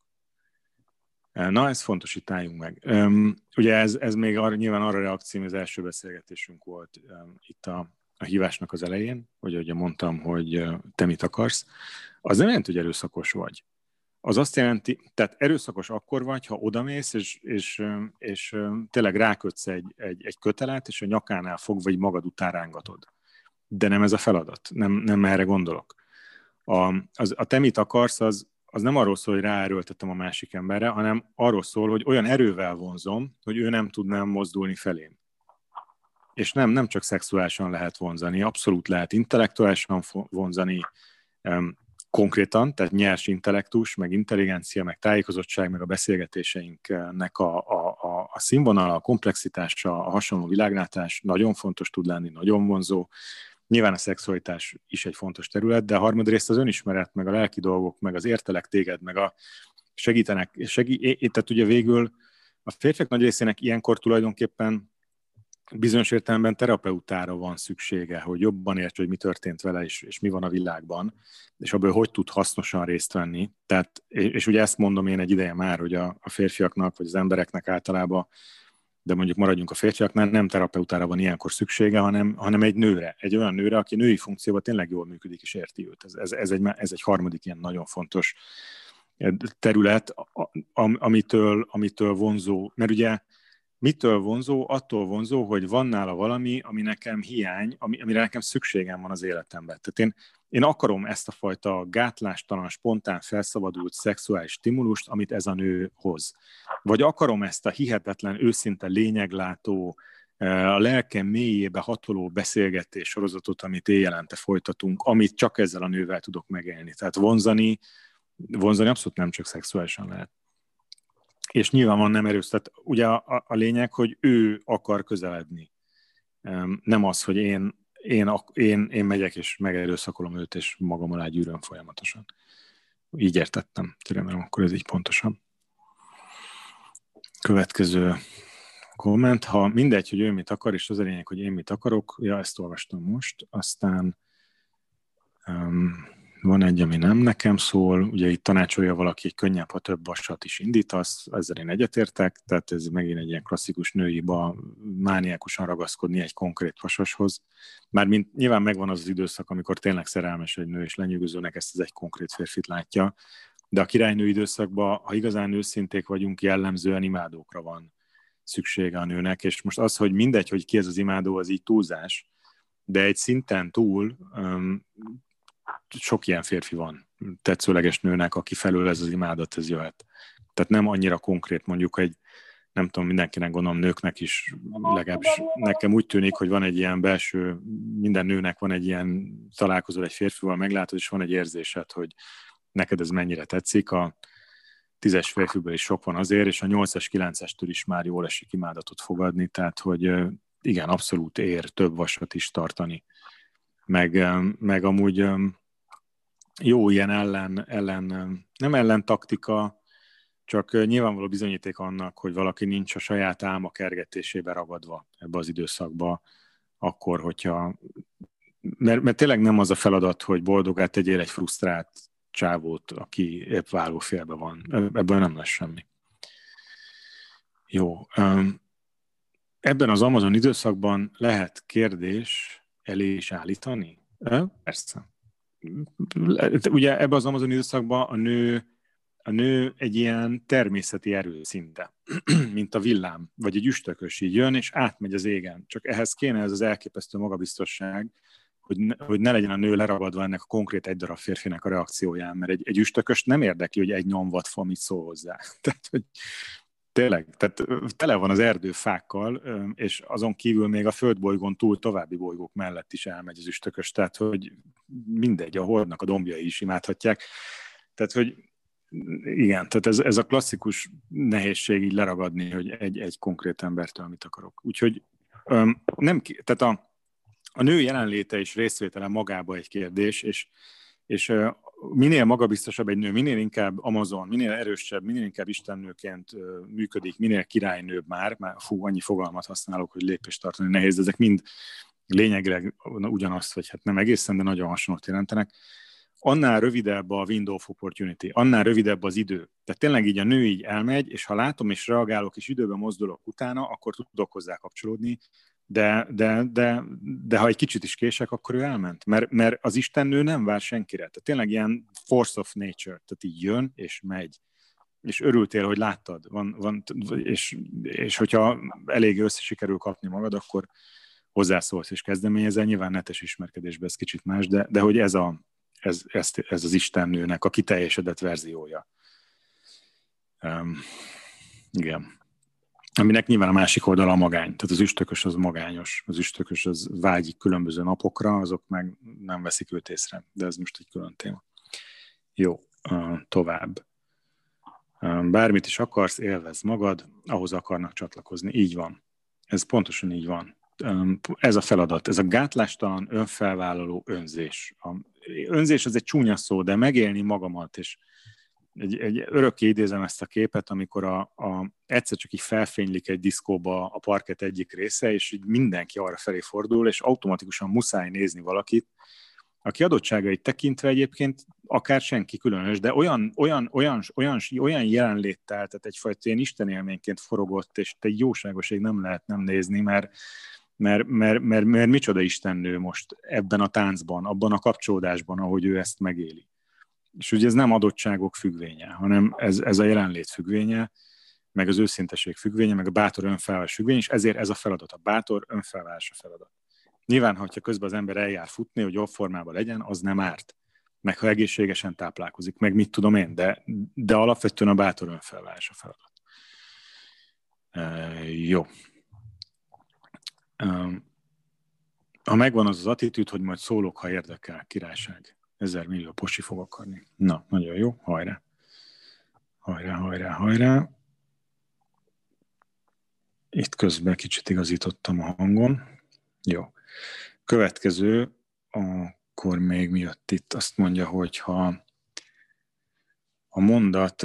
Na, ez fontos, itt álljunk meg. Ugye ez még nyilván arra reakció, az első beszélgetésünk volt itt a hívásnak az elején, hogy ugye mondtam, hogy te mit akarsz. Az nem jelenti, hogy erőszakos vagy. Az azt jelenti, tehát erőszakos akkor vagy, ha odamész, és tényleg rákötsz egy kötelet, és a nyakánál fogva, vagy magad után rángatod. De nem ez a feladat, nem erre gondolok. A te mit akarsz, az nem arról szól, hogy ráerőltetem a másik emberre, hanem arról szól, hogy olyan erővel vonzom, hogy ő nem tudnám mozdulni felém. És nem csak szexuálisan lehet vonzani, abszolút lehet intellektuálisan vonzani, konkrétan, tehát nyers intellektus, meg intelligencia, meg tájékozottság, meg a beszélgetéseinknek a színvonala, a komplexitása, a hasonló világlátás nagyon fontos tud lenni, nagyon vonzó. Nyilván a szexualitás is egy fontos terület, de harmadrészt az önismeret, meg a lelki dolgok, meg az értelek téged, meg a segítenek. Tehát ugye végül a férfiak nagy részének ilyenkor tulajdonképpen bizonyos értelemben terapeutára van szüksége, hogy jobban értse, hogy mi történt vele, és mi van a világban, és abból hogy tud hasznosan részt venni. Tehát, és ugye ezt mondom én egy ideje már, hogy a férfiaknak, vagy az embereknek általában, de mondjuk maradjunk a férfiaknál, nem terapeutára van ilyenkor szüksége, hanem egy nőre, egy olyan nőre, aki női funkcióban tényleg jól működik, és érti őt. Ez egy harmadik ilyen nagyon fontos terület, amitől vonzó, mert ugye mitől vonzó? Attól vonzó, hogy van nála valami, ami nekem hiány, amire nekem szükségem van az életemben. Tehát én akarom ezt a fajta gátlástalan, spontán, felszabadult szexuális stimulust, amit ez a nő hoz. Vagy akarom ezt a hihetetlen, őszinte, lényeglátó, a lelkem mélyébe hatoló beszélgetés sorozatot, amit éjjelente folytatunk, amit csak ezzel a nővel tudok megélni. Tehát vonzani abszolút nem csak szexuálisan lehet. És nyilván van nem erős. Tehát ugye a lényeg, hogy ő akar közeledni. Nem az, hogy én megyek és megerőszakolom őt, és magam alá gyűröm folyamatosan. Így értettem. Remélem, akkor ez így pontosan. Következő komment. Ha mindegy, hogy ő mit akar, és az a lényeg, hogy én mit akarok, ezt olvastam most, aztán van egy, ami nem nekem szól, ugye itt tanácsolja valaki, hogy könnyebb, ha több vasat is indítasz, ezzel én egyetértek, tehát ez megint egy ilyen klasszikus nőiba mániákusan ragaszkodni egy konkrét vasashoz. Mármint nyilván megvan az időszak, amikor tényleg szerelmes egy nő, és lenyűgözőnek ezt az egy konkrét férfit látja, de a királynő időszakban, ha igazán őszinték vagyunk, jellemzően imádókra van szüksége a nőnek, és most az, hogy mindegy, hogy ki ez az imádó, az így túlzás, de egy szinten túl sok ilyen férfi van, tetszőleges nőnek, aki felől ez az imádat, ez jöhet. Tehát nem annyira konkrét, mondjuk nem tudom, mindenkinek gondolom, nőknek is, legalábbis nekem úgy tűnik, hogy van egy ilyen belső, minden nőnek van egy ilyen, találkozol egy férfival, meglátod, és van egy érzésed, hogy neked ez mennyire tetszik. A 10-es férfiből is sok van azért, és a 8-es, 9-estől is már jól esik imádatot fogadni, tehát hogy igen, abszolút ér több vasat is tartani. Meg amúgy jó ilyen nem ellen taktika, csak nyilvánvaló bizonyíték annak, hogy valaki nincs a saját álma kergetésébe ragadva ebbe az időszakba, akkor, hogyha... Mert tényleg nem az a feladat, hogy boldogá tegyél egy frusztrált csávót, aki épp válófélbe van. Ebből nem lesz semmi. Jó. Ebben az Amazon időszakban lehet kérdés elé is állítani? Persze. Ugye ebben az Amazon időszakban a nő egy ilyen természeti erő szinte, mint a villám, vagy egy üstökös így jön, és átmegy az égen. Csak ehhez kéne ez az elképesztő magabiztosság, hogy ne legyen a nő leragadva ennek a konkrét egy darab férfinek a reakcióján, mert egy üstököst nem érdekli, hogy egy nyomvatfa mit szól hozzá. Tehát, hogy tényleg, tehát tele van az erdő fákkal, és azon kívül még a földbolygón túl további bolygók mellett is elmegy az üstökös, tehát hogy mindegy, a Holdnak a dombjai is imádhatják. Tehát, hogy igen, tehát ez a klasszikus nehézség így leragadni, hogy egy konkrét embertől mit akarok. Úgyhogy tehát a nő jelenléte és részvétele magába egy kérdés, és minél magabiztosabb egy nő, minél inkább Amazon, minél erősebb, minél inkább istennőként működik, minél királynőbb már annyi fogalmat használok, hogy lépést tartani nehéz, de ezek mind lényegileg ugyanazt, vagy hát nem egészen, de nagyon hasonlót jelentenek. Annál rövidebb a window of opportunity, annál rövidebb az idő. Tehát tényleg így a nő így elmegy, és ha látom és reagálok, és időben mozdulok utána, akkor tudok hozzá kapcsolódni, de ha egy kicsit is kések, akkor ő elment. Mert az istennő nem vár senkire. Tehát tényleg ilyen force of nature. Tehát így jön és megy. És örültél, hogy láttad. És hogyha elég össze sikerül kapni magad, akkor hozzászólsz és kezdeményezel. Nyilván netes ismerkedésben ez kicsit más, de hogy ez az istennőnek a kiteljesedett verziója. Igen. Aminek nyilván a másik oldala a magány. Tehát az üstökös az magányos. Az üstökös az vágyik különböző napokra, azok meg nem veszik őt észre. De ez most egy külön téma. Jó, tovább. Bármit is akarsz, élvezd magad, ahhoz akarnak csatlakozni. Így van. Ez pontosan így van. Ez a feladat, ez a gátlástalan, önfelvállaló önzés. Önzés az egy csúnya szó, de megélni magamat, és egy örökké idézem ezt a képet, amikor egyszer csak így felfénylik egy diszkóba a parkett egyik része, és így mindenki arra felé fordul, és automatikusan muszáj nézni valakit, aki adottságait tekintve egyébként akár senki különös, de olyan jelenléttel, tehát egyfajta ilyen istenélményként forogott, és egy jóságoség nem lehet nem nézni, mert micsoda istennő most ebben a táncban, abban a kapcsolódásban, ahogy ő ezt megéli. És ugye ez nem adottságok függvénye, hanem ez a jelenlét függvénye, meg az őszinteség függvénye, meg a bátor önfelvállalás függvénye, és ezért ez a feladat, a bátor önfelvállalás a feladat. Nyilván, ha közben az ember eljár futni, hogy jobb formában legyen, az nem árt. Meg ha egészségesen táplálkozik, meg mit tudom én, de alapvetően a bátor önfelvállalás a feladat. Jó. Ha megvan az attitűd, hogy majd szólok, ha érdekel, királyság. 1000 millió posi fog akarni. Na, nagyon jó, hajrá. Hajrá. Itt kicsit igazítottam a hangon. Jó. Következő, akkor még mi jött itt? Azt mondja, hogy ha a mondat,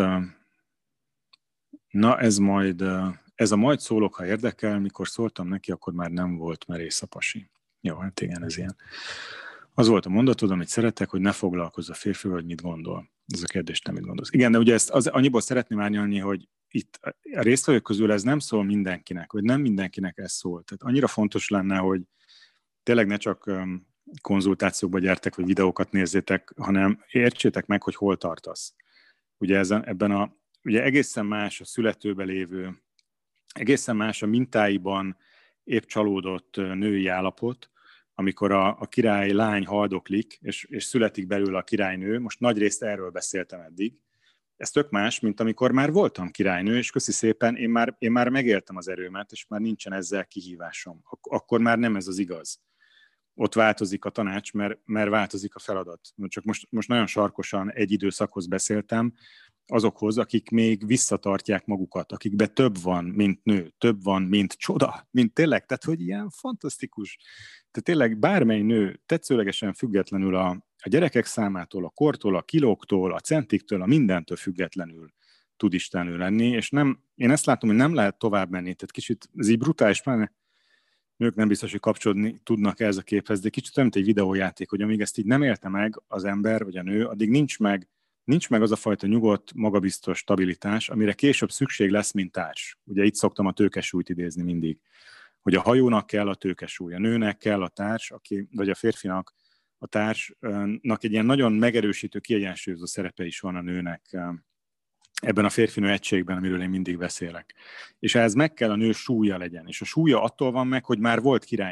na ez a majd szólok, ha érdekel, mikor szóltam neki, akkor már nem volt merész a pasi. Jó, hát igen, ez ilyen. Az volt a mondatod, amit szeretek, hogy ne foglalkozz a férfival, hogy mit gondol. Ez a kérdés, nem mit gondolsz. Igen, de ugye ezt annyiból szeretném árnyalni, hogy itt a résztvevők közül ez nem szól mindenkinek, vagy nem mindenkinek ez szól. Tehát annyira fontos lenne, hogy tényleg ne csak konzultációkba gyertek, vagy videókat nézzétek, hanem értsétek meg, hogy hol tartasz. Ugye ugye egészen más a születőbe lévő, egészen más a mintáiban épp csalódott női állapot, amikor a király lány haldoklik, és születik belőle a királynő. Most nagyrészt erről beszéltem eddig. Ez tök más, mint amikor már voltam királynő, és köszi szépen, én már megéltem az erőmet, és már nincsen ezzel kihívásom. Akkor már nem ez az igaz. Ott változik a tanács, mert változik a feladat. Csak most nagyon sarkosan egy időszakhoz beszéltem, azokhoz, akik még visszatartják magukat, akikben több van, mint nő, több van, mint csoda, mint tényleg, tehát hogy ilyen fantasztikus. Tehát tényleg bármely nő tetszőlegesen függetlenül a gyerekek számától, a kortól, a kilóktól, a centiktől, a mindentől függetlenül tud istennő lenni, és én ezt látom, hogy nem lehet tovább menni, tehát kicsit ez így brutális, mert nők nem biztos, hogy kapcsolódni tudnak ehhez a képhez, de kicsit olyan, mint egy videójáték, hogy amíg ezt így nem élte meg az ember vagy a nő, addig nincs meg az a fajta nyugodt, magabiztos stabilitás, amire később szükség lesz, mint társ. Ugye itt szoktam a tőkesúlyt idézni mindig, hogy a hajónak kell a tőkesúly, a nőnek kell a társ, vagy a férfinak a társnak egy ilyen nagyon megerősítő, kiegyensúlyozó szerepe is van a nőnek ebben a férfinő egységben, amiről én mindig beszélek. És ehhez meg kell a nő súlya legyen. És a súlya attól van meg, hogy már volt királynő.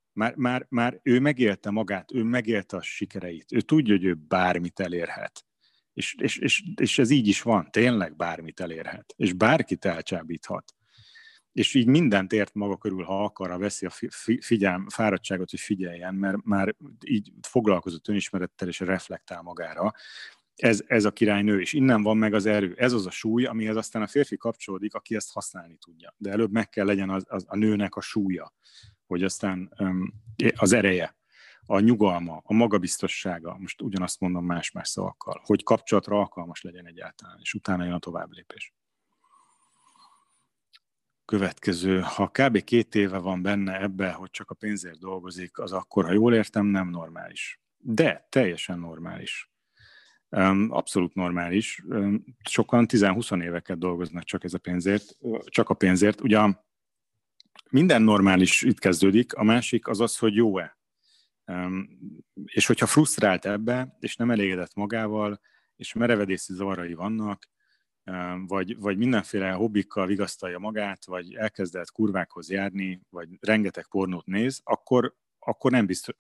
Már ő megélte magát, ő megélte a sikereit, ő tudja, hogy ő bármit elérhet. És ez így is van, tényleg bármit elérhet, és bárkit elcsábíthat. És így mindent ért maga körül, ha akar, veszi a fáradtságot, hogy figyeljen, mert már így foglalkozott önismerettel, és reflektál magára. Ez a királynő, és innen van meg az erő. Ez az a súly, amihez aztán a férfi kapcsolódik, aki ezt használni tudja. De előbb meg kell legyen a nőnek a súlya, hogy aztán az ereje, a nyugalma, a magabiztossága, most ugyanazt mondom más-más szavakkal, hogy kapcsolatra alkalmas legyen egyáltalán, és utána jön a továbblépés. Következő, ha kb. 2 éve van benne ebbe, hogy csak a pénzért dolgozik, az akkor, ha jól értem, nem normális. De teljesen normális. Abszolút normális. Sokan 10-20 éveket dolgoznak csak a pénzért. Ugye minden normális itt kezdődik, a másik az az, hogy jó-e. És hogyha frusztrált ebbe, és nem elégedett magával, és merevedészi zavarai vannak, vagy mindenféle hobbikkal vigasztalja magát, vagy elkezdett kurvákhoz járni, vagy rengeteg pornót néz, akkor nem biztos,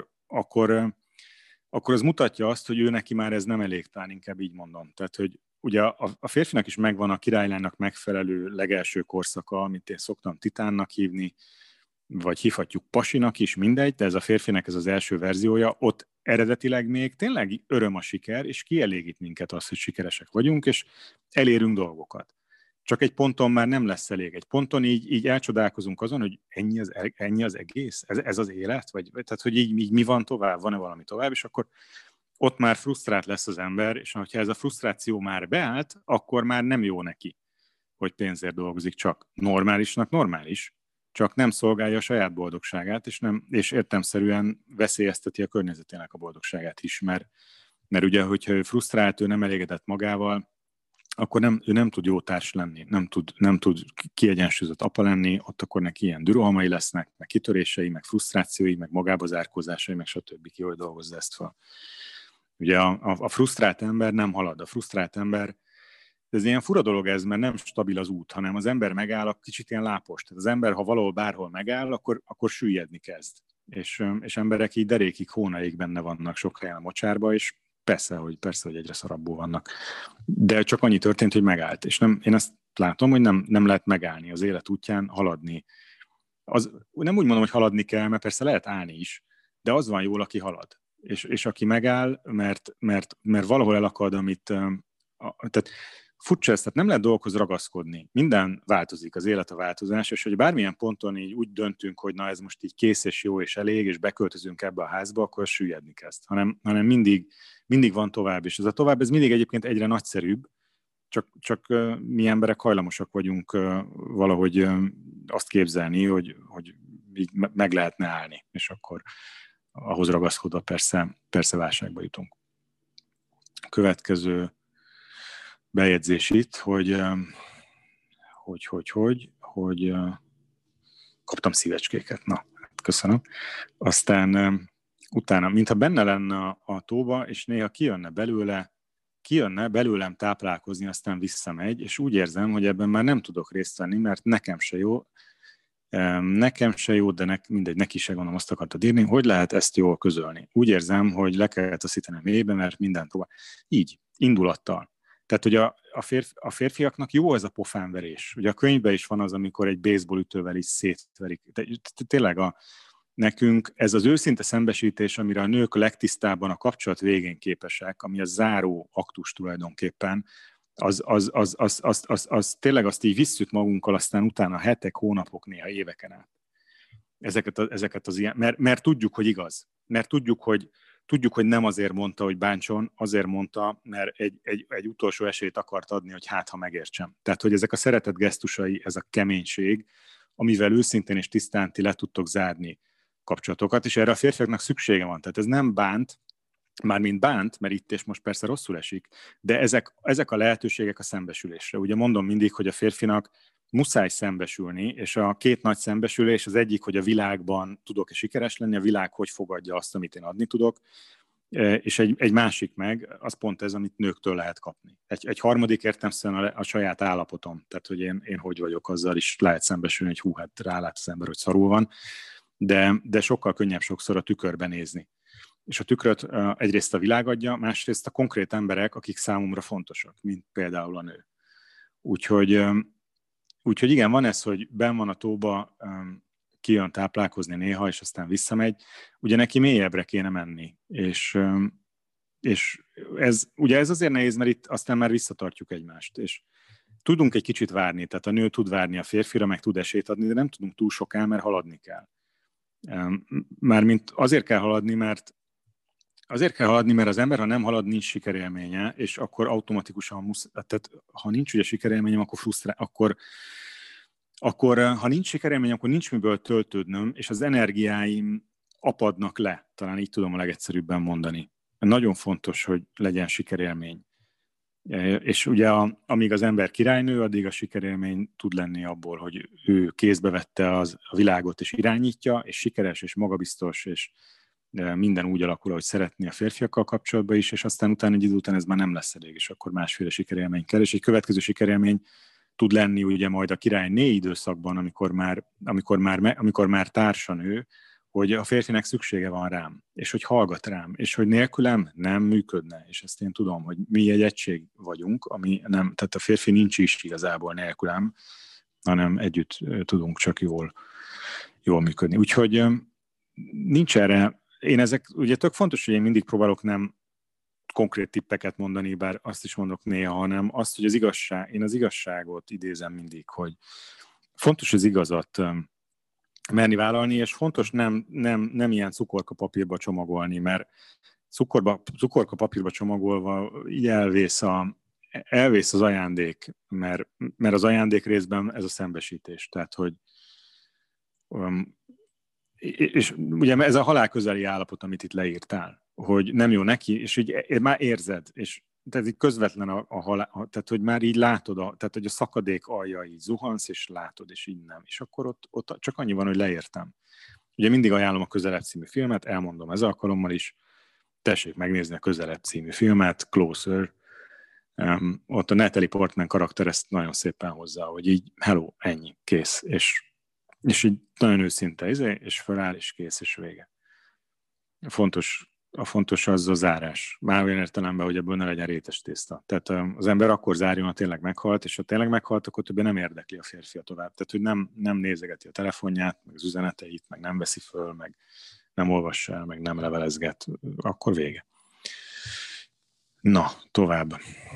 akkor az mutatja azt, hogy ő neki már ez nem elég, talán inkább így mondom. Tehát, hogy ugye a férfinak is megvan a királylánynak megfelelő legelső korszaka, amit én szoktam titánnak hívni, vagy hívhatjuk pasinak is, mindegy, de ez a férfinek ez az első verziója, ott eredetileg még tényleg öröm a siker, és kielégít minket az, hogy sikeresek vagyunk, és elérünk dolgokat. Csak egy ponton már nem lesz elég. Egy ponton így elcsodálkozunk azon, hogy ennyi az egész? Ez az élet? Tehát, hogy így mi van tovább? Van-e valami tovább? És akkor ott már frusztrált lesz az ember, és ha ez a frusztráció már beállt, akkor már nem jó neki, hogy pénzért dolgozik, csak normálisnak normális, csak nem szolgálja a saját boldogságát, és értelemszerűen veszélyezteti a környezetének a boldogságát is, mert ugye, hogyha ő frusztrált, ő nem elégedett magával, akkor ő nem tud jó társ lenni, nem tud kiegyensúlyozott apa lenni, ott akkor neki ilyen dürohamai lesznek, meg kitörései, meg frusztrációi, meg magába zárkózásai, meg stb. Ki, hogy dolgozza ezt fel. Ugye a frusztrált ember nem halad, a frusztrált ember, ez ilyen fura dolog ez, mert nem stabil az út, hanem az ember megáll, kicsit ilyen lápos. Tehát az ember, ha valahol bárhol megáll, akkor süllyedni kezd. És emberek így derékig, hónaig benne vannak sok helyen a mocsárba, és persze, hogy egyre szarabbul vannak. De csak annyi történt, hogy megállt. És én azt látom, hogy nem lehet megállni az élet útján, haladni. Nem úgy mondom, hogy haladni kell, mert persze lehet állni is, de az van jól, aki halad. És aki megáll, mert valahol elakad, tehát furcsa ez, tehát nem lehet dolgokhoz ragaszkodni. Minden változik, az élet a változás, és hogy bármilyen ponton így úgy döntünk, hogy na ez most így kész és jó és elég, és beköltözünk ebbe a házba, akkor süllyedni kezd. Hanem mindig van tovább, és ez a tovább, ez mindig egyébként egyre nagyszerűbb, csak mi emberek hajlamosak vagyunk valahogy azt képzelni, hogy így meg lehetne állni, és akkor ahhoz ragaszkodva persze válságba jutunk. Következő bejegyzés itt, hogy kaptam szívecskéket. Na, köszönöm. Aztán utána, mintha benne lenne a tóba, és néha kijönne belőlem táplálkozni, aztán visszamegy, és úgy érzem, hogy ebben már nem tudok részt venni, mert nekem se jó, de mindegy, neki se gondolom, azt akartad írni, hogy lehet ezt jól közölni. Úgy érzem, hogy le kell taszítani a mélybe, mert mindent próbál. Így, indulattal. Tehát, hogy a férfiaknak jó ez a pofánverés. Ugye a könyvben is van az, amikor egy baseballütővel is szétverik. Tényleg nekünk ez az őszinte szembesítés, amire a nők legtisztábban a kapcsolat végén képesek, ami a záró aktus tulajdonképpen, az tényleg azt így visszük magunkkal, aztán utána hetek, hónapok, néha éveken át. Ezeket az ilyen, mert tudjuk, hogy igaz. Mert tudjuk, hogy nem azért mondta, hogy bántson, azért mondta, mert egy utolsó esélyt akart adni, hogy ha megértsem. Tehát, hogy ezek a szeretet gesztusai, ez a keménység, amivel őszintén és tisztán ti le tudtok zárni kapcsolatokat, és erre a férfiaknak szüksége van. Tehát ez nem bánt, mármint bánt, mert itt és most persze rosszul esik, de ezek a lehetőségek a szembesülésre. Ugye mondom mindig, hogy a férfinak muszáj szembesülni, és a két nagy szembesülés az egyik, hogy a világban tudok-e sikeres lenni, a világ hogy fogadja azt, amit én adni tudok, és egy másik meg, az pont ez, amit nőktől lehet kapni. Egy harmadik értelemszerűen a saját állapotom, tehát hogy én hogy vagyok, azzal is lehet szembesülni, hogy hát rálát az ember, hogy szarul van, de sokkal könnyebb sokszor a tükörben nézni. És a tükröt egyrészt a világ adja, másrészt a konkrét emberek, akik számomra fontosak, mint például a nő. Úgyhogy igen, van ez, hogy benn van a tóba, kijön táplálkozni néha, és aztán visszamegy. Ugye neki mélyebbre kéne menni. És ez azért nehéz, mert itt aztán már visszatartjuk egymást. És tudunk egy kicsit várni, tehát a nő tud várni a férfira, meg tud esélyt adni, de nem tudunk túl soká, mert haladni kell. Mármint azért kell haladni, mert az ember, ha nem halad, nincs sikerélménye, és akkor automatikusan tehát ha nincs ugye sikerélményem, akkor frusztrál, akkor ha nincs sikerélményem, akkor nincs miből töltődnöm, és az energiáim apadnak le. Talán így tudom a legegyszerűbben mondani. Nagyon fontos, hogy legyen sikerélmény. És ugye amíg az ember királynő, addig a sikerélmény tud lenni abból, hogy ő kézbe vette a világot és irányítja, és sikeres, és magabiztos, és minden úgy alakul, ahogy szeretné a férfiakkal kapcsolatban is, és aztán utána egy idő után ez már nem lesz elég, és akkor másféle sikerélmény kell. És egy következő sikerélmény tud lenni ugye majd a királyné időszakban, amikor már társanő, hogy a férfinek szüksége van rám, és hogy hallgat rám, és hogy nélkülem nem működne, és ezt én tudom, hogy mi egy egység vagyunk, ami nem, tehát a férfi nincs is igazából nélkülem, hanem együtt tudunk csak jól működni. Úgyhogy nincs erre, ugye tök fontos, hogy én mindig próbálok nem konkrét tippeket mondani, bár azt is mondok néha, hanem azt, hogy én az igazságot idézem mindig, hogy fontos az igazat merni vállalni, és fontos nem ilyen cukorka papírba csomagolni, mert cukorka papírba csomagolva így elvész az ajándék, mert az ajándék részben ez a szembesítés. Tehát, hogy és ugye ez a halál közeli állapot, amit itt leírtál, hogy nem jó neki, és így már érzed, és tehát így közvetlen a halál, tehát hogy már így látod, tehát hogy a szakadék alja így zuhansz, és látod, és így nem. És akkor ott csak annyi van, hogy leértem. Ugye mindig ajánlom a Közelebb című filmet, elmondom ez alkalommal is, tessék megnézni a Közelebb című filmet, Closer. Ott a Natalie Portman karakter ezt nagyon szépen hozzá, hogy így hello, ennyi, kész, és így nagyon őszinte, és feláll, és kész, és vége. Fontos az a zárás. Már olyan értelemben, hogy ebből ne legyen rétes tészta. Tehát az ember akkor zárjon, ha tényleg meghalt, és ha tényleg meghalt, akkor többé nem érdekli a férfia tovább. Tehát, hogy nem nézegeti a telefonját, meg az üzeneteit, meg nem veszi föl, meg nem olvassa el, meg nem levelezget. Akkor vége. Na, tovább.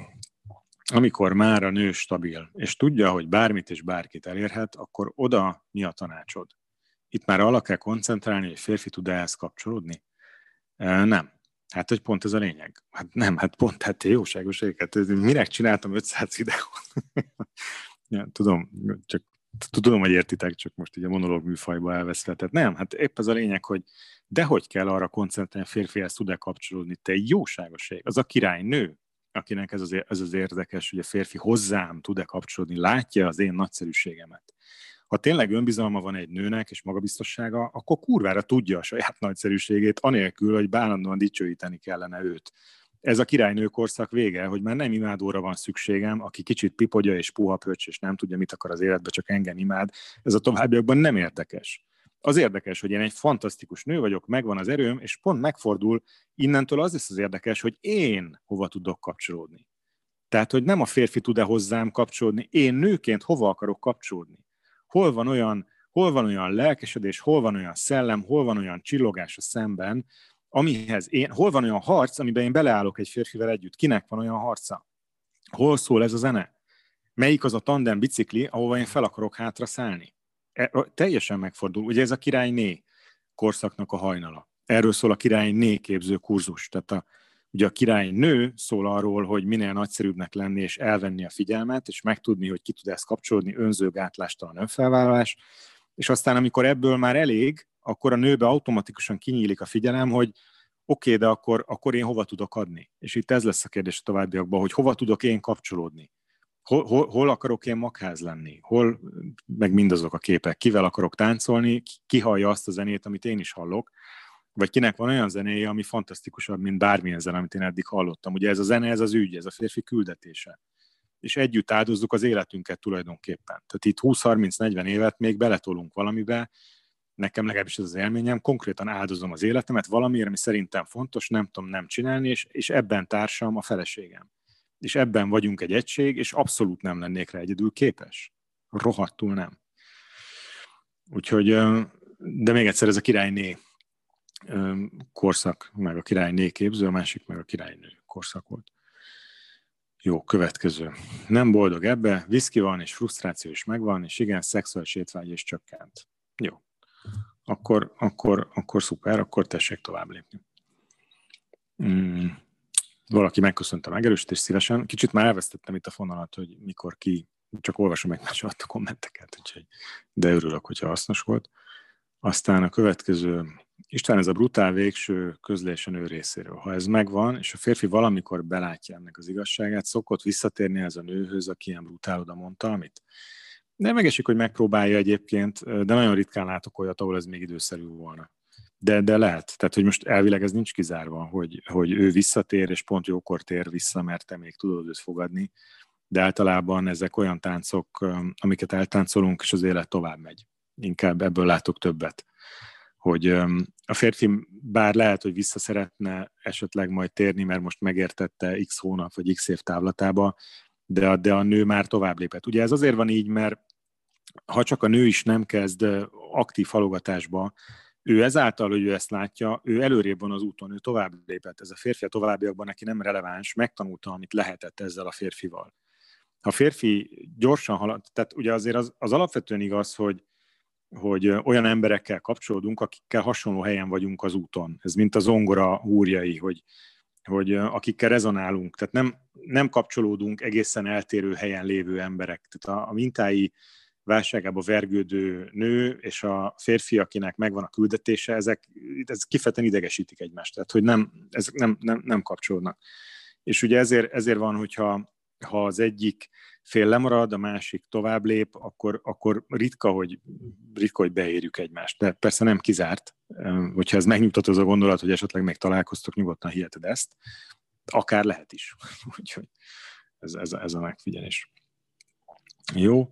Amikor már a nő stabil, és tudja, hogy bármit és bárkit elérhet, akkor oda mi a tanácsod? Itt már arra kell koncentrálni, hogy férfi tud ehhez kapcsolódni? Nem. Hát, hogy pont ez a lényeg. Hát nem, hát jóságos éket. Minek csináltam 500 videót? Ja, tudom, hogy értitek, csak most így a monológ műfajba elveszve. Tehát nem, hát épp ez a lényeg, hogy dehogy kell arra koncentrálni, férfihez tud-e kapcsolódni. Te egy jóságos ég. Az a királynő, akinek ez az érdekes, hogy a férfi hozzám tud-e kapcsolódni, látja az én nagyszerűségemet. Ha tényleg önbizalma van egy nőnek és magabiztossága, akkor kurvára tudja a saját nagyszerűségét, anélkül, hogy állandóan dicsőíteni kellene őt. Ez a királynő korszak vége, hogy már nem imádóra van szükségem, aki kicsit pipogya és puha pöcs, és nem tudja, mit akar az életbe, csak engem imád. Ez a továbbiakban nem érdekes. Az érdekes, hogy én egy fantasztikus nő vagyok, megvan az erőm, és pont megfordul, innentől az lesz az érdekes, hogy én hova tudok kapcsolódni. Tehát, hogy nem a férfi tud-e hozzám kapcsolódni, én nőként hova akarok kapcsolódni. Hol van olyan lelkesedés, hol van olyan szellem, hol van olyan csillogás a szemben, hol van olyan harc, amiben én beleállok egy férfivel együtt. Kinek van olyan harca? Hol szól ez a zene? Melyik az a tandem bicikli, ahova én fel akarok hátra szállni? Teljesen megfordul. Ugye ez a királyné korszaknak a hajnala. Erről szól a királyné képző kurzus. Tehát ugye a királynő szól arról, hogy minél nagyszerűbbnek lenni és elvenni a figyelmet, és megtudni, hogy ki tud ezt kapcsolódni, önző, gátlástalan önfelvállalás. És aztán, amikor ebből már elég, akkor a nőbe automatikusan kinyílik a figyelem, hogy oké, de akkor én hova tudok adni? És itt ez lesz a kérdés a továbbiakban, hogy hova tudok én kapcsolódni? Hol akarok én magház lenni? Hol, meg mindazok a képek, kivel akarok táncolni, ki hallja azt a zenét, amit én is hallok, vagy kinek van olyan zenéje, ami fantasztikusabb, mint bármilyen zene, amit én eddig hallottam. Ugye ez a zene, ez az ügy, ez a férfi küldetése. És együtt áldozzuk az életünket tulajdonképpen. Tehát itt 20-30-40 évet még beletolunk valamibe, nekem legalábbis ez az élményem, konkrétan áldozom az életemet valamiért, ami szerintem fontos, nem tudom nem csinálni, és ebben társam a feleségem. És ebben vagyunk egy egység, és abszolút nem lennék rá egyedül képes. Rohadtul nem. Úgyhogy, de még egyszer ez a királyné korszak, meg a királyné képző, a másik meg a királynő korszak volt. Jó, következő. Nem boldog ebbe, viszki van, és frusztráció is megvan, és igen, szexuális étvágy is csökkent. Jó. Akkor szuper, akkor tessék tovább lépni. Valaki megköszönte a megerősítést szívesen. Kicsit már elvesztettem itt a fonalat, hogy mikor ki, csak olvasom egymás alatt a kommenteket, úgyhogy, de örülök, hogyha hasznos volt. Aztán a következő, István, ez a brutál végső közlésen ő részéről. Ha ez megvan, és a férfi valamikor belátja ennek az igazságát, szokott visszatérni ez a nőhöz, aki ilyen brutál oda mondta, amit. De megesik, hogy megpróbálja egyébként, de nagyon ritkán látok olyat, ahol ez még időszerű volna. De lehet. Tehát, hogy most elvileg ez nincs kizárva, hogy ő visszatér, és pont jókor tér vissza, mert te még tudod őt fogadni. De általában ezek olyan táncok, amiket eltáncolunk, és az élet tovább megy. Inkább ebből látok többet. Hogy a férfi bár lehet, hogy vissza szeretne esetleg majd térni, mert most megértette x hónap vagy x év távlatába, de a nő már tovább lépett. Ugye ez azért van így, mert ha csak a nő is nem kezd aktív halogatásba, ő ezáltal, hogy ő ezt látja, ő előrébb van az úton, ő tovább lépett. Ez a férfi a továbbiakban neki nem releváns, megtanulta, amit lehetett ezzel a férfival. Ha a férfi gyorsan halad, tehát ugye azért az alapvetően igaz, hogy olyan emberekkel kapcsolódunk, akikkel hasonló helyen vagyunk az úton. Ez mint a zongora húrjai, hogy akikkel rezonálunk. Tehát nem kapcsolódunk egészen eltérő helyen lévő emberek. Tehát a mintái válságába vergődő nő és a férfi, akinek megvan a küldetése, ez kifejezetten idegesítik egymást. Tehát, hogy ezek nem kapcsolódnak. És ugye ezért van, hogyha az egyik fél lemarad, a másik tovább lép, akkor ritka, hogy beérjük egymást. De persze nem kizárt, hogyha ez megnyugtató az a gondolat, hogy esetleg még találkoztok, nyugodtan hiheted ezt, akár lehet is. Úgyhogy ez a megfigyelés. Jó.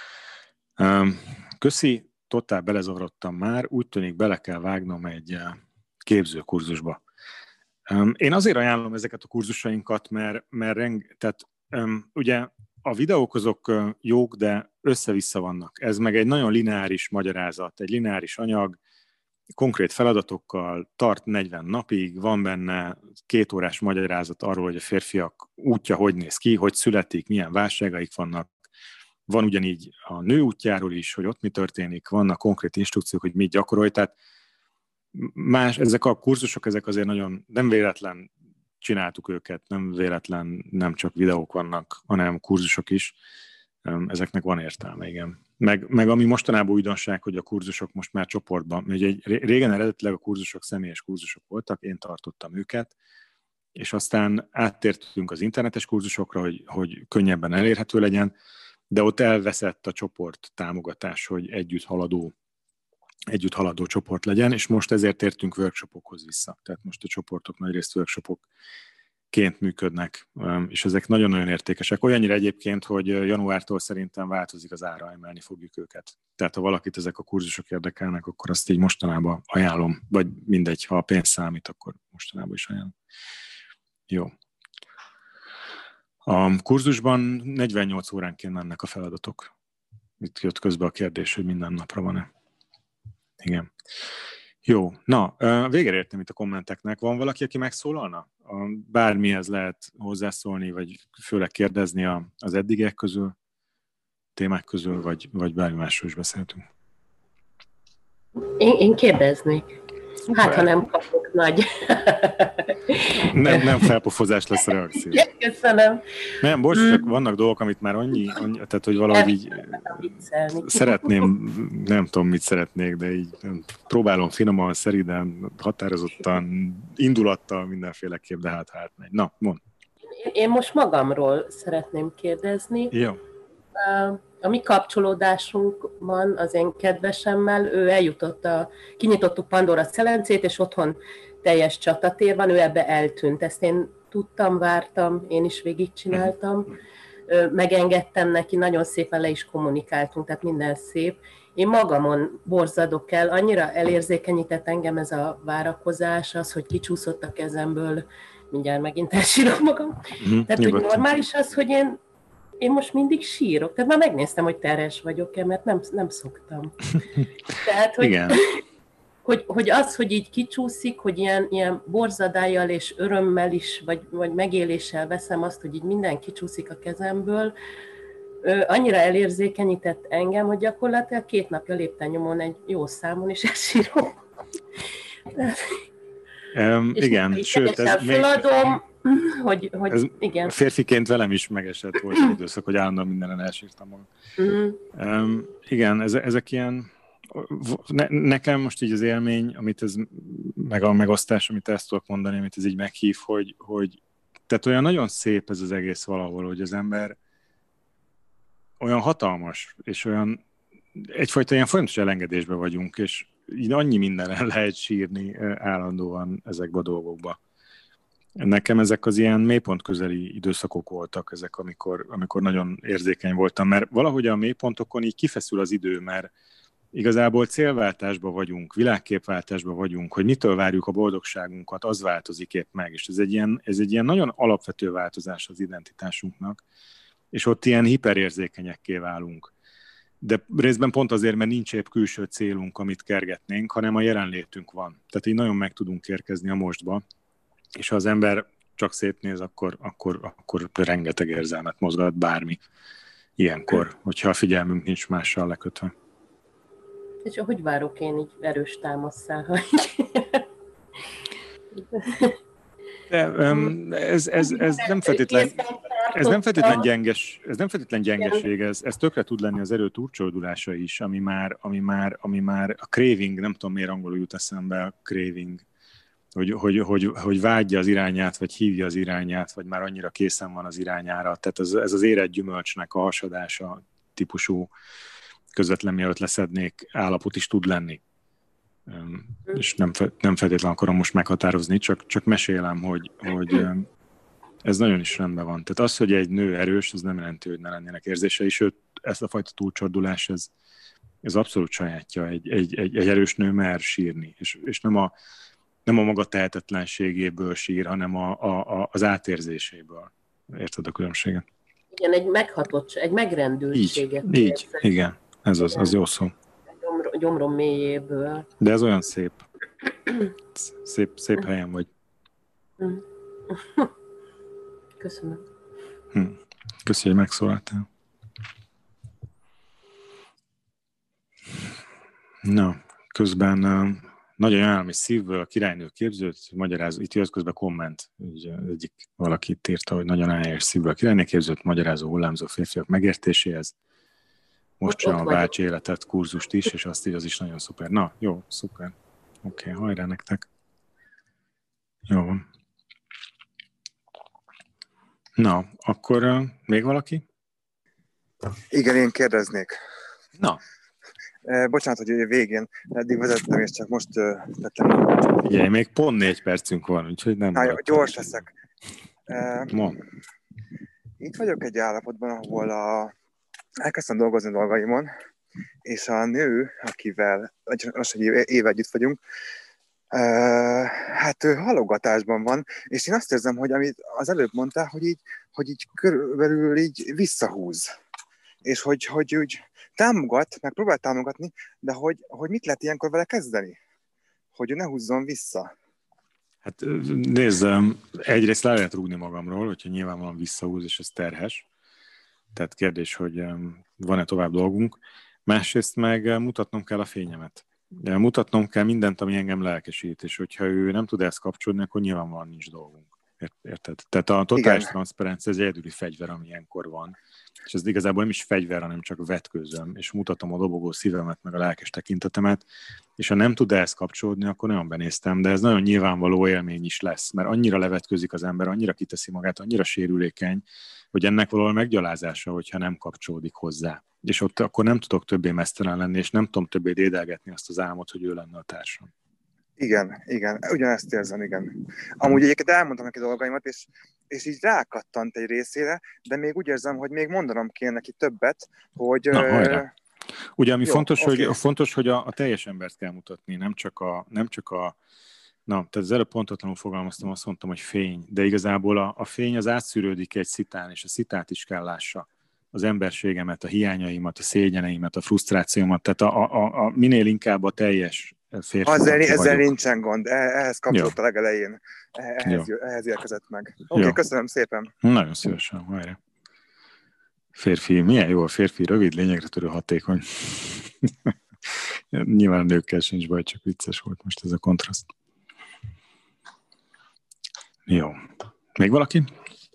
Köszi, totál belezavarodtam már, úgy tűnik bele kell vágnom egy képzőkurzusba. Én azért ajánlom ezeket a kurzusainkat, mert tehát ugye a videók azok jók, de össze-vissza vannak. Ez meg egy nagyon lineáris magyarázat, egy lineáris anyag, konkrét feladatokkal, tart 40 napig, van benne 2 órás magyarázat arról, hogy a férfiak útja hogy néz ki, hogy születik, milyen válságaik vannak. Van ugyanígy a nő útjáról is, hogy ott mi történik, vannak konkrét instrukciók, hogy mit gyakorolj. Tehát ezek a kurzusok, ezek azért nagyon nem véletlen csináltuk őket, nem véletlen nem csak videók vannak, hanem kurzusok is. Ezeknek van értelme, igen. Meg ami mostanában újdonság, hogy a kurzusok most már csoportban, ugye régen eredetileg a kurzusok személyes kurzusok voltak, én tartottam őket, és aztán áttértünk az internetes kurzusokra, hogy könnyebben elérhető legyen, de ott elveszett a csoport támogatás, hogy együtt haladó csoport legyen, és most ezért értünk workshopokhoz vissza. Tehát most a csoportok nagyrészt workshopokként működnek, és ezek nagyon-nagyon értékesek. Olyannyira egyébként, hogy januártól szerintem változik az ára, emelni fogjuk őket. Tehát ha valakit ezek a kurzusok érdekelnek, akkor azt így mostanában ajánlom, vagy mindegy, ha a pénz számít, akkor mostanában is ajánlom. Jó. A kurzusban 48 óránként mennek a feladatok. Itt jött közbe a kérdés, hogy minden napra van-e. Igen. Jó. Na, végére értem itt a kommenteknek. Van valaki, aki megszólalna? Bármihez lehet hozzászólni, vagy főleg kérdezni az eddigiek közül, témák közül, vagy bármi másról is beszéltünk. Én kérdeznék. Hát, ha nem kapok nagy. Nem felpofozás lesz a reakció. Köszönöm. Nem, bocs, csak vannak dolgok, amit már annyi tehát, hogy valahogy így szeretném, nem tudom, mit szeretnék, de így próbálom finoman, szeriden, határozottan, indulattal mindenféleképp, de hát megy. Na, mondd. Én most magamról szeretném kérdezni. Jó. A mi kapcsolódásunk van az én kedvesemmel, ő kinyitottuk Pandora szelencét, és otthon teljes csatatér van, ő ebbe eltűnt. Ezt én tudtam, vártam, én is végigcsináltam, megengedtem neki, nagyon szépen le is kommunikáltunk, tehát minden szép, én magamon borzadok el, annyira elérzékenyített engem ez a várakozás, az, hogy kicsúszott a kezemből, mindjárt megint elsírok magam. Tehát, hogy normális az, hogy én most mindig sírok. Tehát már megnéztem, hogy terhes vagyok-e, mert nem szoktam. Tehát, hogy, igen. Hogy az, hogy így kicsúszik, hogy ilyen borzadályjal és örömmel is, vagy megéléssel veszem azt, hogy így minden kicsúszik a kezemből, annyira elérzékenyített engem, hogy gyakorlatilag 2 napja lépten nyomon egy jó számon, és elsírom. Igen, sőt, ez feladom, hogy ez igen. Férfiként velem is megesett volt az időszak, hogy állandóan mindenen elsírtam magam. Igen, ezek ilyen... Nekem most így az élmény, amit ez, meg a megosztás, amit ezt tudok mondani, amit ez így meghív, hogy tehát olyan nagyon szép ez az egész valahol, hogy az ember olyan hatalmas, és olyan egyfajta ilyen folyamatos elengedésben vagyunk, és így annyi mindenre lehet sírni állandóan ezekbe a dolgokba. Nekem ezek az ilyen mélypont közeli időszakok voltak, ezek, amikor nagyon érzékeny voltam, mert valahogy a mélypontokon így kifeszül az idő, mert igazából célváltásban vagyunk, világképváltásban vagyunk, hogy mitől várjuk a boldogságunkat, az változik épp meg, és ez egy ilyen nagyon alapvető változás az identitásunknak, és ott ilyen hiperérzékenyekké válunk. De részben pont azért, mert nincs épp külső célunk, amit kergetnénk, hanem a jelenlétünk van. Tehát így nagyon meg tudunk érkezni a mostba, és ha az ember csak szétnéz, akkor rengeteg érzelmet mozgat bármi ilyenkor, hogyha a figyelmünk nincs mással lekötve. És hogy várok én így erős támasszá, hogy... Ez nem feltétlen gyengeség, ez tökre tud lenni az erő túlcsordulása is, ami már a craving, nem tudom miért angolul jut eszembe a craving, hogy vágyja az irányát, vagy hívja az irányát, vagy már annyira készen van az irányára. Tehát ez az érett gyümölcsnek a hasadása típusú közvetlen mielőtt leszednék állapot is tud lenni. És nem feltétlenül akarom most meghatározni, csak mesélem, hogy ez nagyon is rendben van. Tehát az, hogy egy nő erős, az nem jelenti, hogy ne lennének érzései, sőt, ezt a fajta túlcsordulás, ez abszolút sajátja. Egy erős nő mer sírni, és nem a maga tehetetlenségéből sír, hanem az átérzéséből. Érted a különbséget? Igen, egy meghatottság, egy megrendültséget. Így, igen. Ez az jó szó. Gyomrom mélyéből. De ez olyan szép. Szép helyen vagy. Köszönöm. Köszönöm, hogy megszólaltál. Na, közben nagyon ajánlom, hogy szívből a királynő képzőt magyaráz, itt jött közben komment, egyik valaki itt írta, hogy nagyon ajánlom, szívből a királynő képzőt magyarázó hullámzó férfiak megértéséhez. Most csinálom a bácsi életet kurzust is, és azt így az is nagyon szuper. Na, jó, szuper. Oké, hajrá nektek. Jó van. Na, akkor még valaki? Igen, én kérdeznék. Na. Bocsánat, hogy a végén eddig vezettem, és csak most tettem. Ugye, még pont 4 percünk van, úgyhogy nem... Jó, gyors leszek. Ma. Itt vagyok egy állapotban, ahol elkezdtem dolgozni dolgaimon, és a nő, akivel lassan egy éve együtt vagyunk, hát ő halogatásban van, és én azt érzem, hogy amit az előbb mondtál, hogy így körülbelül így visszahúz. És hogy úgy támogat, meg próbál támogatni, de hogy mit lehet ilyenkor vele kezdeni? Hogy ő ne húzzon vissza. Hát nézd, egyrészt le lehet rúgni magamról, hogyha nyilvánvalóan visszahúz, és ez terhes. Tehát kérdés, hogy van-e tovább dolgunk. Másrészt meg mutatnom kell a fényemet. Mutatnom kell mindent, ami engem lelkesít, és hogyha ő nem tud ezt kapcsolni, akkor nyilvánvalóan nincs dolgunk. Érted? Tehát a totális transzparencia ez egy egyedüli fegyver, ami ilyenkor van. És ez igazából nem is fegyver, hanem csak vetkőzöm, és mutatom a dobogó szívemet, meg a lelkes tekintetemet, és ha nem tud ehhez kapcsolódni, akkor nagyon benéztem, de ez nagyon nyilvánvaló élmény is lesz, mert annyira levetkőzik az ember, annyira kiteszi magát, annyira sérülékeny, hogy ennek valahol meggyalázása, hogyha nem kapcsolódik hozzá. És ott akkor nem tudok többé meztelen lenni, és nem tudom többé dédelgetni azt az álmot, hogy ő lenne a társam. Igen, ugyanezt érzem, igen. Amúgy egyébként elmondtam neki dolgaimat, és így rákattant egy részére, de még úgy érzem, hogy még mondanom kéne neki többet, hogy... Na, hajrá! Ugye, ami fontos, hogy a teljes embert kell mutatni, nem csak a tehát az előbb pontatlanul fogalmaztam, azt mondtam, hogy fény, de igazából a fény az átszűrődik egy szitán, és a szitát is kell lássa. Az emberségemet, a hiányaimat, a szégyeneimet, a frusztrációmat, tehát a minél inkább a teljes férfi. Ezzel nincsen gond, ehhez kapcsolódott a legelején, ehhez érkezett meg. Oké, köszönöm szépen. Nagyon szívesen, várjál. Férfi, milyen jó a férfi, rövid, lényegre törő, hatékony. Nyilván a nőkkel sincs baj, csak vicces volt most ez a kontraszt. Jó. Még valaki?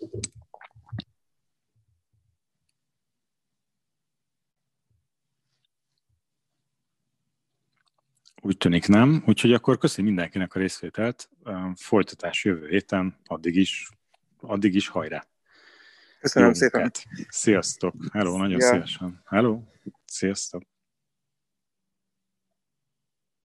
Úgy tűnik nem, úgyhogy akkor köszönjük mindenkinek a részvételt. Folytatás jövő héten, addig is hajrá. Köszönöm szépen. Sziasztok. Hello, nagyon szívesen. Hello. Sziasztok.